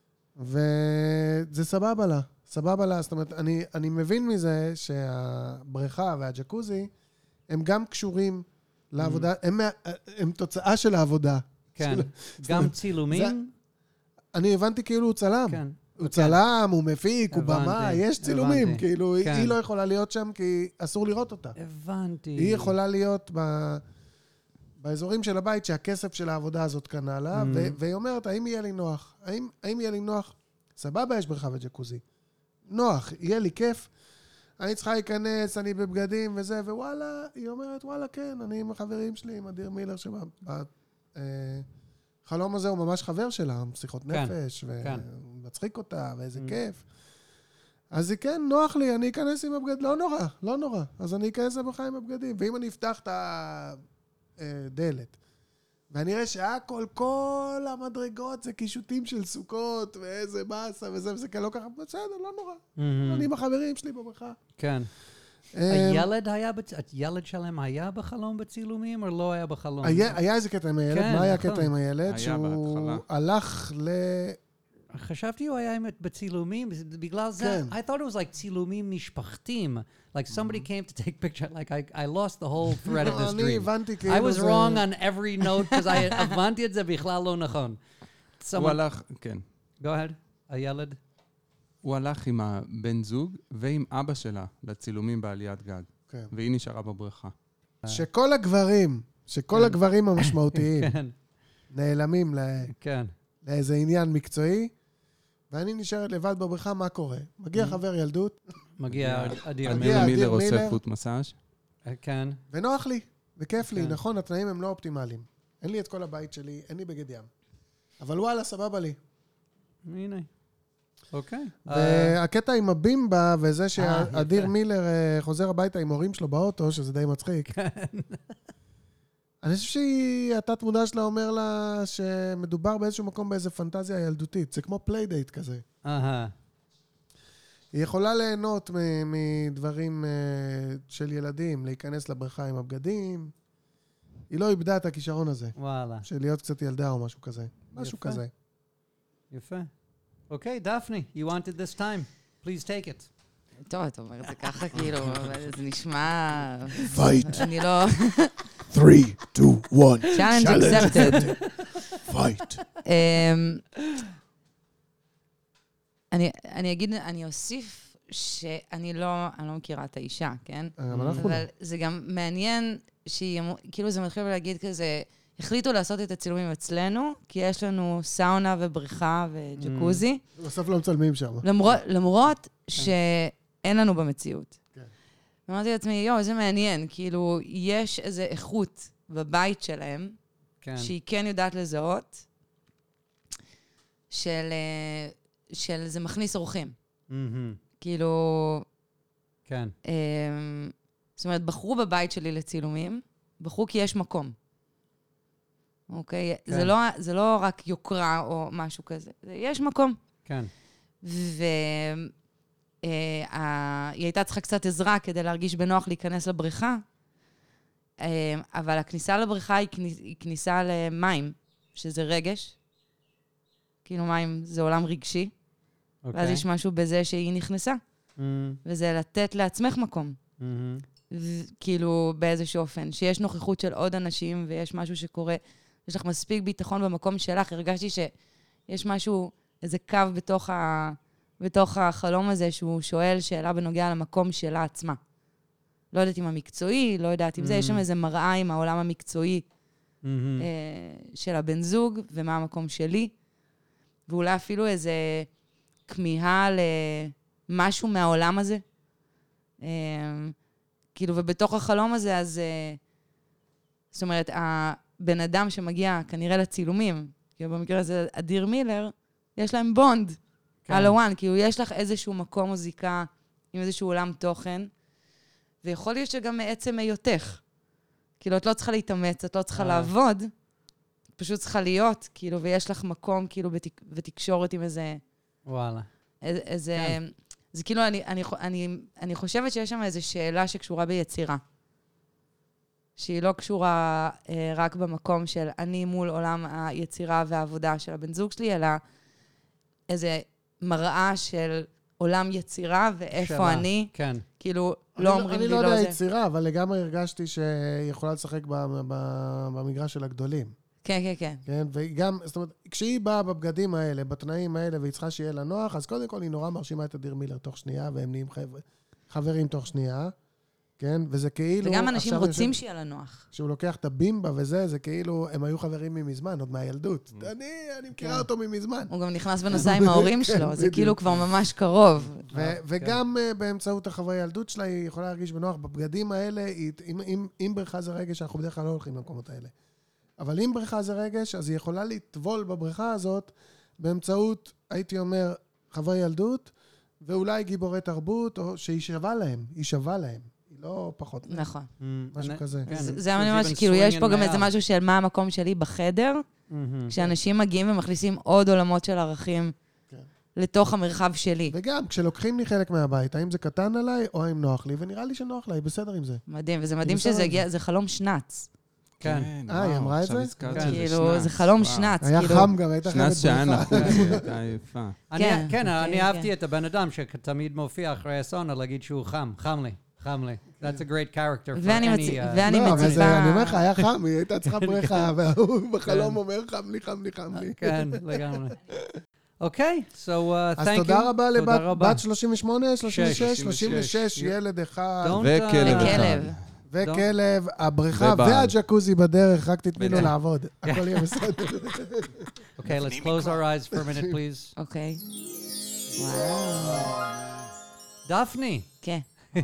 וזה סבבה לה, סבבה לה. זאת אומרת, אני, אני מבין מזה שהבריכה והג'קוזי, הם גם קשורים לעבודה, הם, הם תוצאה של העבודה. כן, גם צילומים? אני הבנתי כאילו הוא צלם. כן. הוא צלם, הוא מפיק, הוא במה, יש צילומים. הבנתי. כאילו, כן. היא לא יכולה להיות שם כי אסור לראות אותה. הבנתי. היא יכולה להיות ב... באזורים של הבית שהכסף של העבודה הזאת קנה לה, ו... והיא אומרת, האם יהיה לי נוח? האם, האם יהיה לי נוח? סבבה, יש בריכה וג'קוזי. נוח, יהיה לי כיף. אני צריכה להיכנס, אני בבגדים וזה, ווואלה, היא אומרת, וואלה, כן, אני עם החברים שלי, עם אדיר מילר שבה... החלום הזה הוא ממש חבר שלה, שיחות נפש, ומצחיק אותה, ואיזה כיף. אז היא כן, נוח לי, אני אכנס עם הבגד, לא נורא, לא נורא. אז אני אכנס לבריכה עם הבגדים. ואם אני אפתח את הדלת, ואני אראה שהכל, כל המדרגות זה קישוטים של סוכות, ואיזה מסה, וזה, וזה כאן לא ככה, בסדר, לא נורא. אני עם החברים שלי בבריכה. כן. הילד היה, הילד שלהם היה בחלום בצילומים, או לא היה בחלום? היה איזה קטע עם הילד. מה היה הקטע עם הילד? שהוא הלך ל... חשבתי הוא היה בצילומים, בגלל זה, I thought it was like צילומים משפחתיים. Like somebody came to take picture, like I, I lost the whole thread of this dream. אני הבנתי כאילו I was זה... wrong on every note, because I הבנתי את זה בכלל לא נכון. הוא הלך, כן. Go ahead, הילד. הוא הלך עם הבן זוג ועם אבא שלה לצילומים בעליית גג. כן. והיא נשארה בבריכה. שכל הגברים, שכל הגברים המשמעותיים כן, נעלמים ל... כן. לאיזה עניין מקצועי, ואני נשארת לבד בבריכה, מה קורה? מגיע חבר ילדות, מגיע אדיר מגיע אדיר אדיר מילר עושה מילר. פוט מסאז'. כן. ונוח לי, וכיף לי, כן. נכון, התנאים הם לא אופטימליים. אין לי את כל הבית שלי, אין לי בגד ים. אבל וואלה, סבבה לי. הנה. אוקיי. והקטע עם הבימבה, וזה אה, שאדיר יפה. מילר אה, חוזר הביתה עם הורים שלו באוטו, שזה די מצחיק. אני חושב שהיא, התת מודע שלה אומר לה שמדובר באיזשהו מקום באיזו פנטזיה ילדותית. זה כמו פליידייט כזה. אהה. היא יכולה ליהנות מ- מדברים uh, של ילדים, להיכנס לבריכה עם הבגדים. היא לא איבדה את הכישרון הזה, וואלה. של להיות קצת ילדה או משהו כזה. משהו יפה. כזה. יפה. אוקיי, דפני, you wanted this time. Please take it. טוב, אתה אומר את זה ככה, כאילו, אבל זה נשמע... Fight. אני לא... three, two, one. challenge accepted. Fight. אמ, אני אני אגיד, אני אוסיף שאני לא אני לא מכירה את האישה, כן? אבל אנחנו לא. אבל זה גם מעניין שהיא, אמ- כאילו זה מתחיל להגיד כזה, החליטו לעשות את הצילומים אצלנו, כי יש לנו סאונה ובריכה וג'קוזי, בסוף לא מצלמים שם. למרות, למרות שאין לנו במציאות. כן. אמרתי לעצמי, יואו, איזה מעניין, כאילו, יש איזו איכות בבית שלהם, כן. שהיא כן יודעת לזהות, של, אה, של זה מכניס אורחים. מהמם. כאילו, כן. אה, זאת אומרת, בחרו בבית שלי לצילומים, בחרו כי יש מקום. אוקיי? כן. זה לא, זה לא רק יוקרה או משהו כזה. זה, יש מקום. כן. והיא הייתה צריכה קצת עזרה כדי להרגיש בנוח להיכנס לבריכה, אה, אבל הכניסה לבריכה היא כניס- היא כניסה למים, שזה רגש. כאילו מים זה עולם רגשי, ואז אוקיי. יש משהו בזה שהיא נכנסה, מהמם. וזה לתת לעצמך מקום. מהמם. ו- כאילו באיזשהו אופן, שיש נוכחות של עוד אנשים ויש משהו שקורה, יש לך מספיק ביטחון במקום שלך, הרגשתי שיש משהו, איזה קו בתוך, ה, בתוך החלום הזה, שהוא שואל שאלה בנוגע למקום שלה עצמה. לא יודעת אם המקצועי, לא יודעת אם זה, יש שם איזה מראה עם העולם המקצועי מהמם. אה, של הבן זוג, ומה המקום שלי, ואולי אפילו איזה כמיהה למשהו מהעולם הזה. אה, כאילו, ובתוך החלום הזה, אז... אה, זאת אומרת, הבן אדם שמגיע כנראה לצילומים, כאילו במקרה הזה, אדיר מילר, יש להם בונד כן. על הוואן, כאילו יש לך איזשהו מקום או זיקה עם איזשהו עולם תוכן, ויכול להיות שגם מעצם היותך. כאילו, את לא צריכה להתאמץ, את לא צריכה אה. לעבוד, את פשוט צריכה להיות, כאילו, ויש לך מקום, כאילו, בתק... ותקשורת עם איזה... וואלה. איזה... איזה... כן. זה כאילו, אני, אני, אני, אני חושבת שיש שם איזו שאלה שקשורה ביצירה. שהיא לא קשורה אה, רק במקום של אני מול עולם היצירה והעבודה של הבן זוג שלי, אלא איזה מראה של עולם יצירה ואיפה שלה. אני. כן. כאילו, אני לא אומרים אני לי לא לא יודע זה. יצירה, אבל לגמרי הרגשתי שהיא יכולה לשחק ב- ב- במגרש של הגדולים. כן, כן, כן. כן, וגם, זאת אומרת, כשהיא באה בבגדים האלה, בתנאים האלה, והיא צריכה שיהיה לה נוח, אז קודם כל היא נורא מרשימה את אדיר מילר תוך שנייה, והם נהיים חבר, חברים תוך שנייה, כן? וזה כאילו... וגם אנשים עכשיו רוצים יושב- שיהיה לה נוח. כשהוא לוקח את הבימבה וזה, זה כאילו, הם היו חברים ממזמן, עוד מהילדות. אני, אני מכירה אותו ממזמן. הוא גם נכנס ונוסע עם ההורים כן, שלו, זה בדיוק. כאילו כבר ממש קרוב. ו- וגם אה, באמצעות החברי ילדות שלה, היא יכולה להרגיש בנוח בבגדים האלה. היא- אם- אם- אם בריכה זה רגש, אנחנו בדרך כלל לא הולכים למקומות האלה. אבל אם בריכה זה רגש, אז היא יכולה לטבול בבריכה הזאת באמצעות, הייתי אומר, חברי ילדות, ואולי גיבורי תרבות, או שהיא שווה להם, היא שווה להם. היא לא פחות. מהם. נכון. משהו אני- כזה. כן, זה זה אני she's אומרת even שכאילו, יש פה swinging גם איזה מעל. משהו של מה המקום שלי בחדר, מהמם. כשאנשים מגיעים ומכניסים עוד עולמות של ערכים כן. לתוך המרחב שלי. וגם, כשלוקחים לי חלק מהבית, האם זה קטן עליי, או האם נוח לי, ונראה לי שנוח לה, היא בסדר עם זה. מדהים, וזה מדהים בסדר. שזה הגיע, זה חלום שנץ. כן. אה, היא וואו, אמרה את עכשיו זה? הזכרת כן. שזה כאילו, שנץ. זה חלום וואו. שנץ. היה כאילו, חם גם, הייתה חייבת שנץ שהיה בריכה. נחוץ, הייתה יפה. אני- כן, כן, כן, אני כן. אהבתי את הבן אדם שתמיד מופיע אחרי אסון, להגיד שהוא חם, חם לי, חם לי. That's a great character for ואני any... מצ- uh, ואני לא, אבל זה, מציבה... אני אומר לך, היה חם, היא הייתה צריכה בריכה, והוא בחלום אומר, חם לי, חם לי, חם לי. כן, לגמרי. אוקיי, so uh, thank you. אז תודה רבה תודה רבה. לבת שלושים ושמונה, שלושים ושש, שלושים ושש, שש. ילד אחד, Don't, וכלב uh, אחד. וכלב. וכלב, הבריכה ובעל. והג'קוזי בדרך, רק תתני לו בדיוק. לעבוד. הכל יהיה בסדר. Okay, let's close our eyes for a minute, please. אוקיי. וואו. דפני, כן.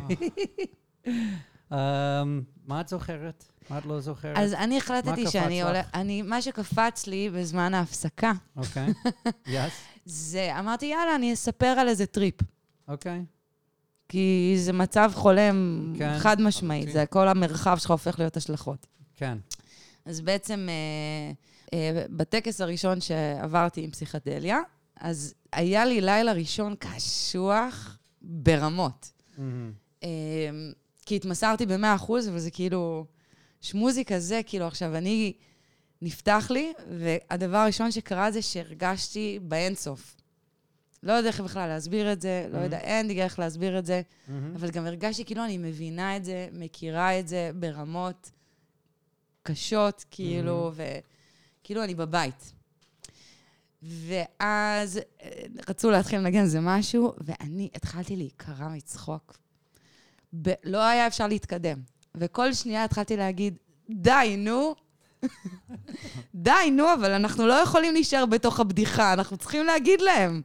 um, מה את זוכרת? מה את לא זוכרת? אז אני מה החלטתי קפץ שאני לך? עולה... אני, מה שקפץ לי בזמן ההפסקה, אוקיי, yes, זה, אמרתי, יאללה, אני אספר על איזה טריפ. אוקיי. כי זה מצב חולם כן, חד משמעית. אמיתי. זה כל המרחב שלך הופך להיות השלכות. כן. אז בעצם, אה, אה, בטקס הראשון שעברתי עם פסיכדליה, אז היה לי לילה ראשון קשוח ברמות. מהמם. אה, כי התמסרתי ב-מאה אחוז, אבל זה כאילו, שמוזי כזה, כאילו עכשיו אני, נפתח לי, והדבר הראשון שקרה זה שהרגשתי באינסוף. לא יודע איך בכלל להסביר את זה, לא יודע, אין לי איך להסביר את זה, מהמם. אבל גם הרגשתי כאילו אני מבינה את זה, מכירה את זה ברמות קשות, כאילו, וכאילו אני בבית. ואז אה, רצו להתחיל לנגן איזה משהו, ואני התחלתי להיקרע מצחוק. ב- לא היה אפשר להתקדם. וכל שנייה התחלתי להגיד, די, נו. די, נו, אבל אנחנו לא יכולים להישאר בתוך הבדיחה, אנחנו צריכים להגיד להם.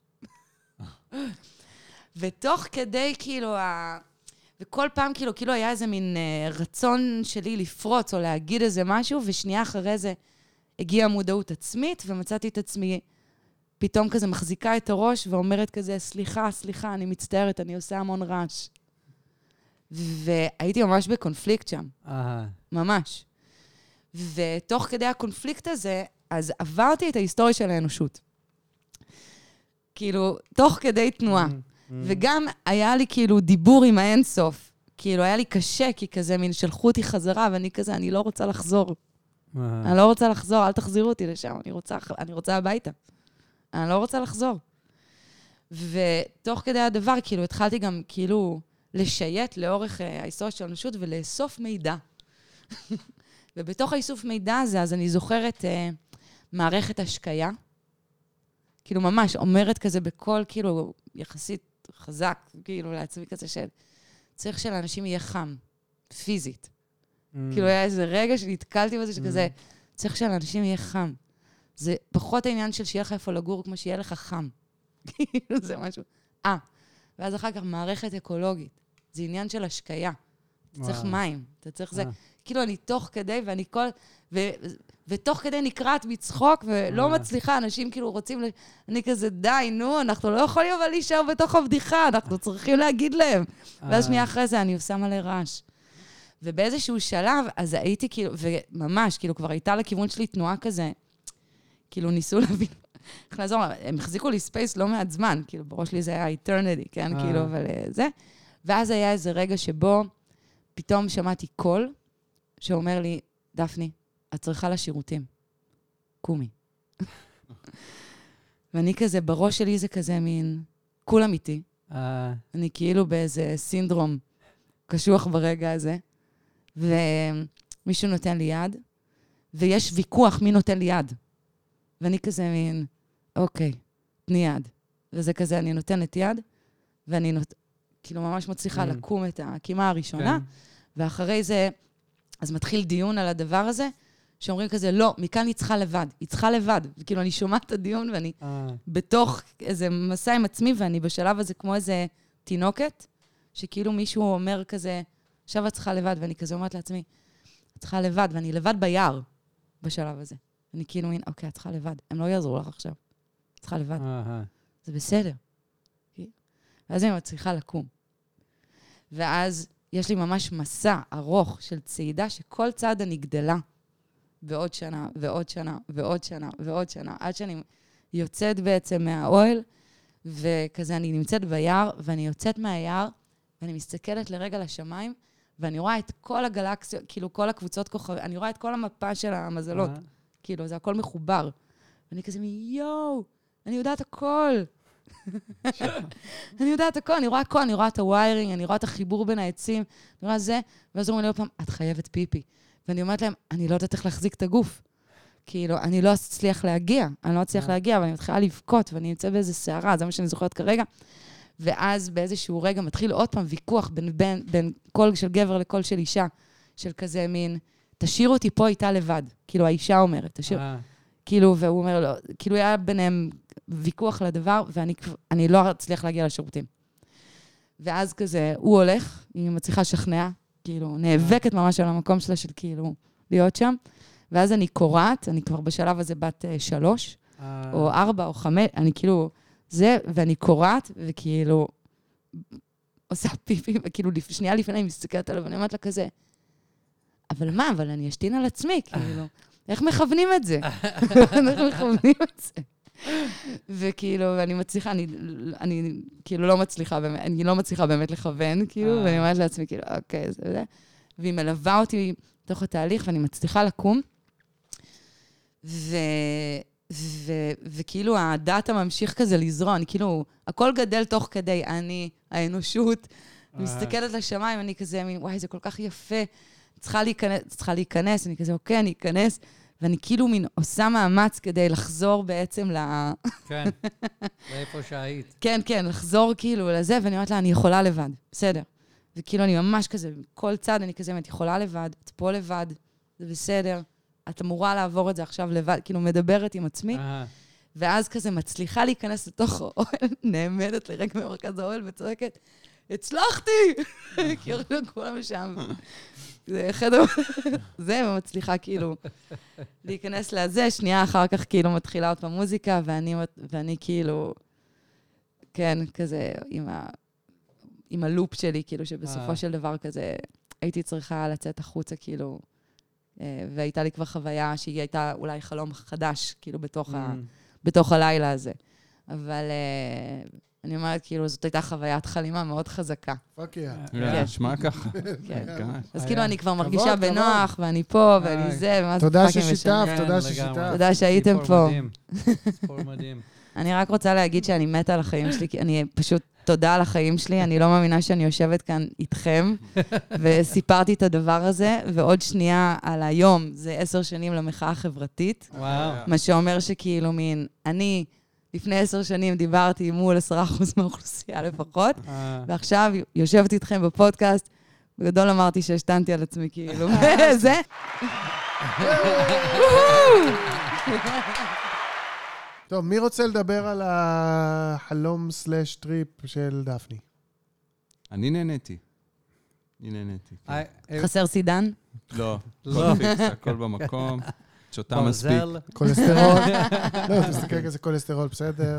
ותוך כדי, כאילו, ה... וכל פעם, כאילו, כאילו היה איזה מין אה, רצון שלי לפרוץ או להגיד איזה משהו, ושנייה אחרי זה הגיעה מודעות עצמית, ומצאתי את עצמי פתאום כזה מחזיקה את הראש ואומרת כזה, סליחה, סליחה, אני מצטערת, אני עושה המון רעש. והייתי ממש בקונפליקט שם, אהה. ממש. ותוך כדי הקונפליקט הזה, אז עברתי את ההיסטוריה של האנושות. כאילו, תוך כדי תנועה. וגם היה לי כאילו דיבור עם האינסוף. כאילו, היה לי קשה, כי כזה מין שלחו אותי חזרה, ואני כזה, אני לא רוצה לחזור. אהה. אני לא רוצה לחזור, אל תחזירו אותי לשם, אני רוצה, אני רוצה הביתה. אני לא רוצה לחזור. ותוך כדי הדבר, כאילו, התחלתי גם, כאילו, לשייט לאורך אה, ההיסטוריה של האנושות ולאסוף מידע. ובתוך האיסוף מידע הזה, אז אני זוכרת אה, מערכת השקיה, כאילו ממש אומרת כזה בקול, כאילו, יחסית חזק, כאילו, לעצמי כזה של, צריך שלאנשים יהיה חם, פיזית. כאילו היה איזה רגע שנתקלתי בזה שכזה, צריך שלאנשים יהיה חם. זה פחות העניין של שיהיה לך איפה לגור, כמו שיהיה לך חם. כאילו זה משהו. אה, ואז אחר כך מערכת אקולוגית. זה עניין של השקיה. אתה צריך מים, אתה צריך זה. כאילו אני תוך כדי, ואני כל... ותוך כדי נקראת מצחוק, ולא מצליחה, אנשים כאילו רוצים... אני כזה, די, נו, אנחנו לא יכולים אבל להישאר בתוך הבדיחה, אנחנו צריכים להגיד להם. ואז שנייה אחרי זה, אני עושה מלא רעש. ובאיזשהו שלב, אז הייתי כאילו, וממש, כאילו כבר הייתה לכיוון שלי תנועה כזה, כאילו ניסו להבין, איך לעזור, הם החזיקו לי ספייס לא מעט זמן, כאילו בראש לי זה היה איטרניטי, כן, כאילו, אבל זה. ואז היה איזה רגע שבו פתאום שמעתי קול שאומר לי, דפני, את צריכה לשירותים. קומי. ואני כזה, בראש שלי זה כזה מין, כולם איתי. אני כאילו באיזה סינדרום קשוח ברגע הזה, ומישהו נותן לי יד, ויש ויכוח מי נותן לי יד. ואני כזה מין, אוקיי, תני יד. וזה כזה, אני נותנת יד, ואני נות... כאילו ממש מצליחה mm. לקום את הקימה הראשונה, כן. ואחרי זה, אז מתחיל דיון על הדבר הזה, שאומרים כזה, לא, מכאן היא צריכה לבד, היא צריכה לבד. וכאילו אני שומעת את הדיון, ואני uh. בתוך איזה מסע עם עצמי, ואני בשלב הזה כמו איזה תינוקת, שכאילו מישהו אומר כזה, עכשיו את צריכה לבד, ואני כזה אומרת לעצמי, את צריכה לבד, ואני לבד ביער בשלב הזה. אני כאילו מין, אוקיי, את צריכה לבד, הם לא יעזרו לך עכשיו. את צריכה לבד. זה בסדר. ואז אני מצליחה לקום. ואז יש לי ממש מסע ארוך של צעידה, שכל צעד אני גדלה בעוד שנה, ועוד שנה, ועוד שנה, ועוד שנה, עד שאני יוצאת בעצם מהאוהל, וכזה אני נמצאת ביער, ואני יוצאת מהיער, ואני מסתכלת לרגע לשמיים, ואני רואה את כל הגלקסיות, כאילו כל הקבוצות כוכבים, אני רואה את כל המפה של המזלות. כאילו, זה הכל מחובר. ואני כזה מי, יואו, אני יודעת הכל. אני יודעת הכל, אני רואה הכל, אני רואה את הוויירינג, אני רואה את החיבור בין העצים, אני רואה זה, ואז אומרים לי עוד פעם, את חייבת פיפי. ואני אומרת להם, אני לא יודעת איך להחזיק את הגוף. כאילו, אני לא אצליח להגיע, אני לא אצליח להגיע, ואני מתחילה לבכות, ואני יוצא באיזה שערה, זה מה שאני זוכרת כרגע. ואז באיזשהו רגע מתחיל עוד פעם ויכוח בין, בין, בין קול של גבר לקול של אישה, של כזה מין, תשאיר אותי פה איתה לבד. כאילו, האישה אומרת, תשאיר... כאילו, והוא אומר לו, כאילו, היה ביניהם ויכוח לדבר, ואני אני לא אצליח להגיע לשירותים. ואז כזה, הוא הולך, היא מצליחה לשכנע, כאילו, נאבקת ממש על המקום שלה של כאילו, להיות שם. ואז אני קוראת, אני כבר בשלב הזה בת שלוש, או ארבע, או חמש, אני כאילו, זה, ואני קוראת, וכאילו, עושה פיפי, וכאילו, שנייה לפני, אני מסתכלת עליו, ואני אומרת לה כזה, אבל מה, אבל אני אשתין על עצמי, כאילו, איך מכוונים את זה? איך מכוונים את זה? וכאילו, אני מצליחה, אני, אני כאילו לא מצליחה, אני לא מצליחה באמת לכוון, כאילו, ואני אומרת לעצמי, כאילו, אוקיי, זה זה. והיא מלווה אותי בתוך התהליך, ואני מצליחה לקום, ו... ו... וכאילו, הדאטה ממשיך כזה לזרוע, אני כאילו, הכל גדל תוך כדי, אני, האנושות, מסתכלת לשמיים, אני כזה, וואי, זה כל כך יפה, צריכה להיכנס, צריכה להיכנס, אני כזה, אוקיי, אני אכנס, ואני כאילו מין עושה מאמץ כדי לחזור בעצם ל... כן, לאיפה שהיית. כן, כן, לחזור כאילו לזה, ואני אומרת לה, אני יכולה לבד, בסדר. וכאילו אני ממש כזה, כל צד אני כזה, את יכולה לבד, את פה לבד, זה בסדר, את אמורה לעבור את זה עכשיו לבד, כאילו מדברת עם עצמי, ואז כזה מצליחה להיכנס לתוך האוהל, נעמדת לרגע במרכז האוהל וצועקת, הצלחתי! כי כולם שם. זה חדר, זה, ומצליחה כאילו להיכנס לזה, שנייה אחר כך כאילו מתחילה עוד פעם מוזיקה, ואני, ואני כאילו, כן, כזה עם, ה, עם הלופ שלי, כאילו שבסופו של דבר כזה, הייתי צריכה לצאת החוצה, כאילו, והייתה לי כבר חוויה שהיא הייתה אולי חלום חדש, כאילו בתוך, ה, בתוך הלילה הזה. אבל... אני אומרת, כאילו, זאת הייתה חוויית חלימה מאוד חזקה. פאק יא. נשמע ככה. אז כאילו, אני כבר מרגישה בנוח, ואני פה, ואני זה, ומה זה תודה ששיתף, תודה ששיתף. תודה שהייתם פה. סיפור מדהים. אני רק רוצה להגיד שאני מתה על החיים שלי, כי אני פשוט תודה על החיים שלי, אני לא מאמינה שאני יושבת כאן איתכם, וסיפרתי את הדבר הזה, ועוד שנייה על היום, זה עשר שנים למחאה החברתית. וואו. מה שאומר שכאילו מין, אני... לפני עשר שנים דיברתי מול עשרה אחוז מהאוכלוסייה לפחות, ועכשיו יושבת איתכם בפודקאסט בגדול אמרתי שהשתנתי על עצמי, כאילו, זה. טוב, מי רוצה לדבר על החלום סלש טריפ של דפני? אני נהניתי. אני נהניתי. כן. I- חסר סידן? לא, לא. הכל פיקס, הכל במקום. שותה מספיק. ברזל. כולסטרול? לא, תסתכל כזה כולסטרול, בסדר.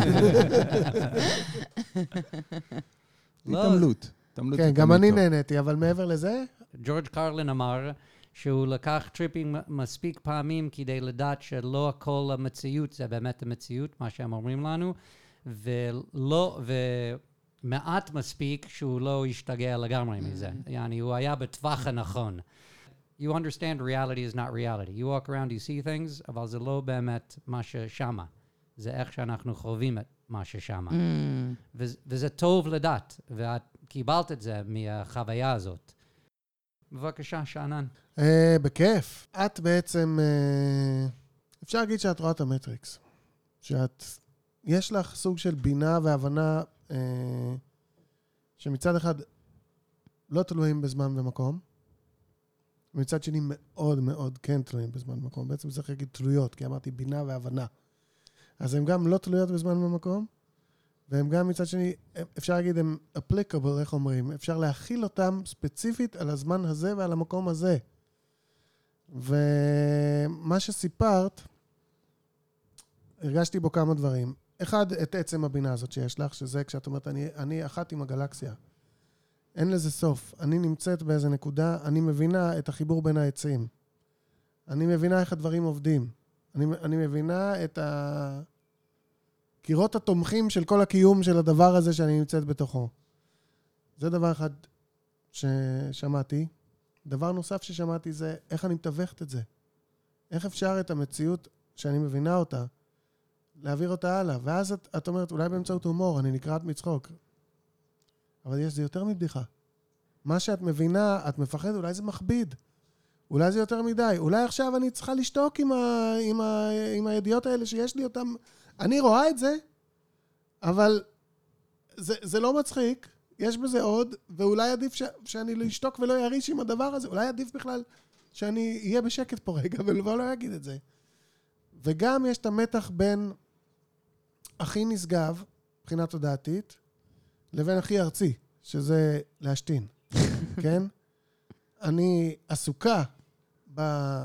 לא, התעמלות. התעמלות כן, זה גם תמיד אני טוב. נהניתי, אבל מעבר לזה, ג'ורג' קרלין אמר שהוא לקח טריפים מספיק פעמים כדי לדעת שלא הכל המציאות זה באמת המציאות, מה שהם אומרים לנו, ולא, ומעט מספיק שהוא לא השתגע לגמרי מזה. יעני, הוא היה בטווח הנכון. You understand reality is not reality. You walk around, you see things, אבל זה לא באמת מה ששמה. זה איך שאנחנו חווים את מה ששמה. וזה, וזה טוב לדעת, ואת קיבלת את זה מהחוויה הזאת. בבקשה, שאנן. אה, בכיף. את בעצם, אה, אפשר להגיד שאת רואה את המטריקס. שאת, יש לך סוג של בינה והבנה אה, שמצד אחד לא תלויים בזמן ומקום, ומצד שני מאוד מאוד כן תלויים בזמן ומקום. בעצם צריך להגיד תלויות, כי אמרתי בינה והבנה. אז הן גם לא תלויות בזמן ומקום, והם גם מצד שני, אפשר להגיד, הם applicable, איך אומרים? אפשר להכיל אותם ספציפית על הזמן הזה ועל המקום הזה. ומה שסיפרת, הרגשתי בו כמה דברים. אחד, את עצם הבינה הזאת שיש לך, שזה כשאת אומרת, אני, אני אחת עם הגלקסיה. אין לזה סוף. אני נמצאת באיזה נקודה, אני מבינה את החיבור בין העצים. אני מבינה איך הדברים עובדים. אני, אני מבינה את ה... קירות התומכים של כל הקיום של הדבר הזה שאני נמצאת בתוכו. זה דבר אחד ששמעתי. דבר נוסף ששמעתי זה איך אני מתווכת את זה. איך אפשר את המציאות שאני מבינה אותה, להעביר אותה הלאה. ואז את, את אומרת, אולי באמצעות הומור, אני נקראת מצחוק. אבל יש, זה יותר מבדיחה. מה שאת מבינה, את מפחד, אולי זה מכביד. אולי זה יותר מדי. אולי עכשיו אני צריכה לשתוק עם, ה, עם, ה, עם הידיעות האלה שיש לי אותם. אני רואה את זה, אבל זה, זה לא מצחיק. יש בזה עוד, ואולי עדיף ש, שאני לא אשתוק ולא יריש עם הדבר הזה. אולי עדיף בכלל שאני אהיה בשקט פה רגע ולא אגיד את זה. וגם יש את המתח בין הכי נשגב, מבחינה תודעתית, לבין הכי ארצי, שזה להשתין. כן? אני עסוקה ב...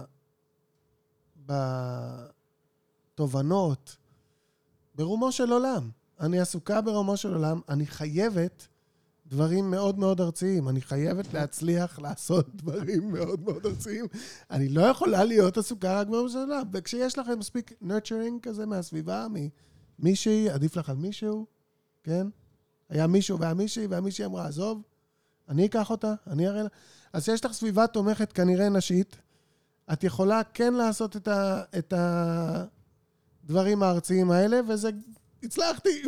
בתובנות, ברומו של עולם. אני עסוקה ברומו של עולם, אני חייבת דברים מאוד מאוד ארציים. אני חייבת להצליח לעשות דברים מאוד מאוד ארציים. אני לא יכולה להיות עסוקה רק ברומו של עולם. וכשיש לכם מספיק nurturing כזה מהסביבה, ממישהי, עדיף לך על מישהו, כן? היה מישהו והיה מישהי, והמישהי אמרה, עזוב, אני אקח אותה, אני אראה לה. אז שיש לך סביבה תומכת כנראה נשית, את יכולה כן לעשות את, ה, את הדברים הארציים האלה, וזה, הצלחתי.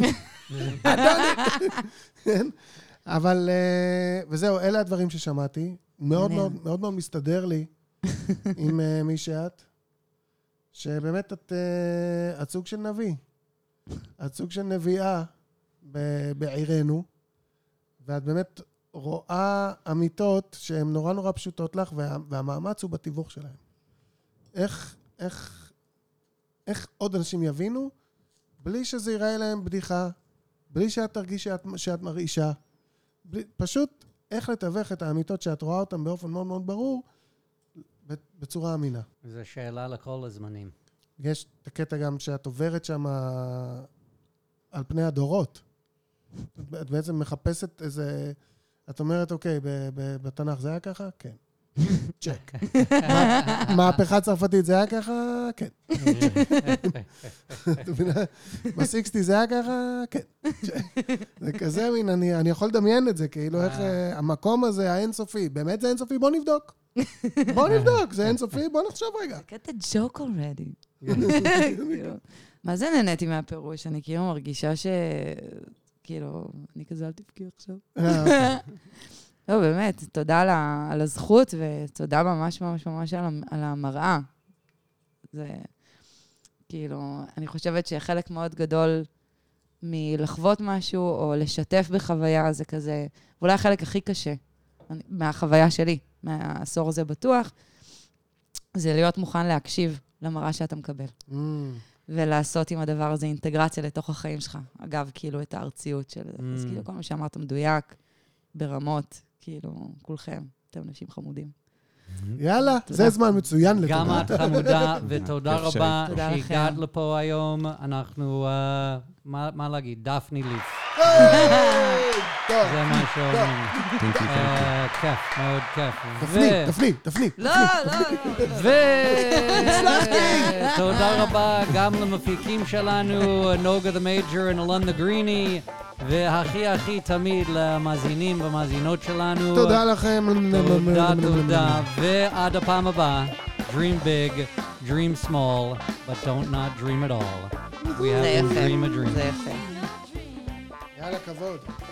כן? אבל, וזהו, אלה הדברים ששמעתי. מאוד מאוד, מאוד מאוד מסתדר לי עם מי שאת, שבאמת את, את סוג של נביא. את סוג של נביאה בעירנו, ואת באמת רואה אמיתות שהן נורא נורא פשוטות לך, וה, והמאמץ הוא בתיווך שלהם. איך, איך, איך עוד אנשים יבינו, בלי שזה ייראה להם בדיחה, בלי שאת תרגיש שאת, שאת מרעישה, בלי, פשוט איך לתווך את האמיתות שאת רואה אותן באופן מאוד מאוד ברור, בצורה אמינה. זו שאלה לכל הזמנים. יש את הקטע גם שאת עוברת שם על פני הדורות. את בעצם מחפשת איזה... את אומרת, אוקיי, בתנ"ך זה היה ככה? כן. צ'ק. מהפכה צרפתית זה היה ככה? כן. בסיקסטי זה היה ככה? כן. זה כזה מין, אני יכול לדמיין את זה, כאילו איך המקום הזה האינסופי, באמת זה אינסופי? בוא נבדוק. בוא נבדוק, זה אינסופי? בוא נחשוב רגע. זה קטע ג'וק already. מה זה נהניתי מהפירוש? אני כאילו מרגישה ש... כאילו, אני כזה אל תבכי עכשיו. לא, באמת, תודה על הזכות, ותודה ממש ממש ממש על המראה. זה, כאילו, אני חושבת שחלק מאוד גדול מלחוות משהו, או לשתף בחוויה, זה כזה, ואולי החלק הכי קשה, אני- מהחוויה שלי, מהעשור הזה בטוח, זה להיות מוכן להקשיב למראה שאתה מקבל. Mm. ולעשות עם הדבר הזה אינטגרציה לתוך החיים שלך. אגב, כאילו, את הארציות של זה. אז Mm. כאילו, כל מה שאמרת מדויק, ברמות, כאילו, כולכם, אתם אנשים חמודים. יאללה, תודה. זה זמן מצוין גם לתודה. את חמודה, ותודה כיף רבה תודה לכם. שהגעת לפה היום. אנחנו, אה, מה מה להגיד? דפני ליף. טוב, זה מה שאומרים. Thank you, thank you. אה, כיף, מאוד כיף. תפני, ו- תפני, תפני. לא, לא, לא. ותודה רבה גם למפיקים שלנו, נוגה דה מייג'ר ואלון דה גריני, והכי הכי תמיד למאזינים ומאזינות שלנו. תודה לכם. תודה, תודה. ועד הפעם הבאה, dream big, dream small, but don't not dream at all. We have זה to יפה, dream a dream. זה יפה. יאללה, כבוד.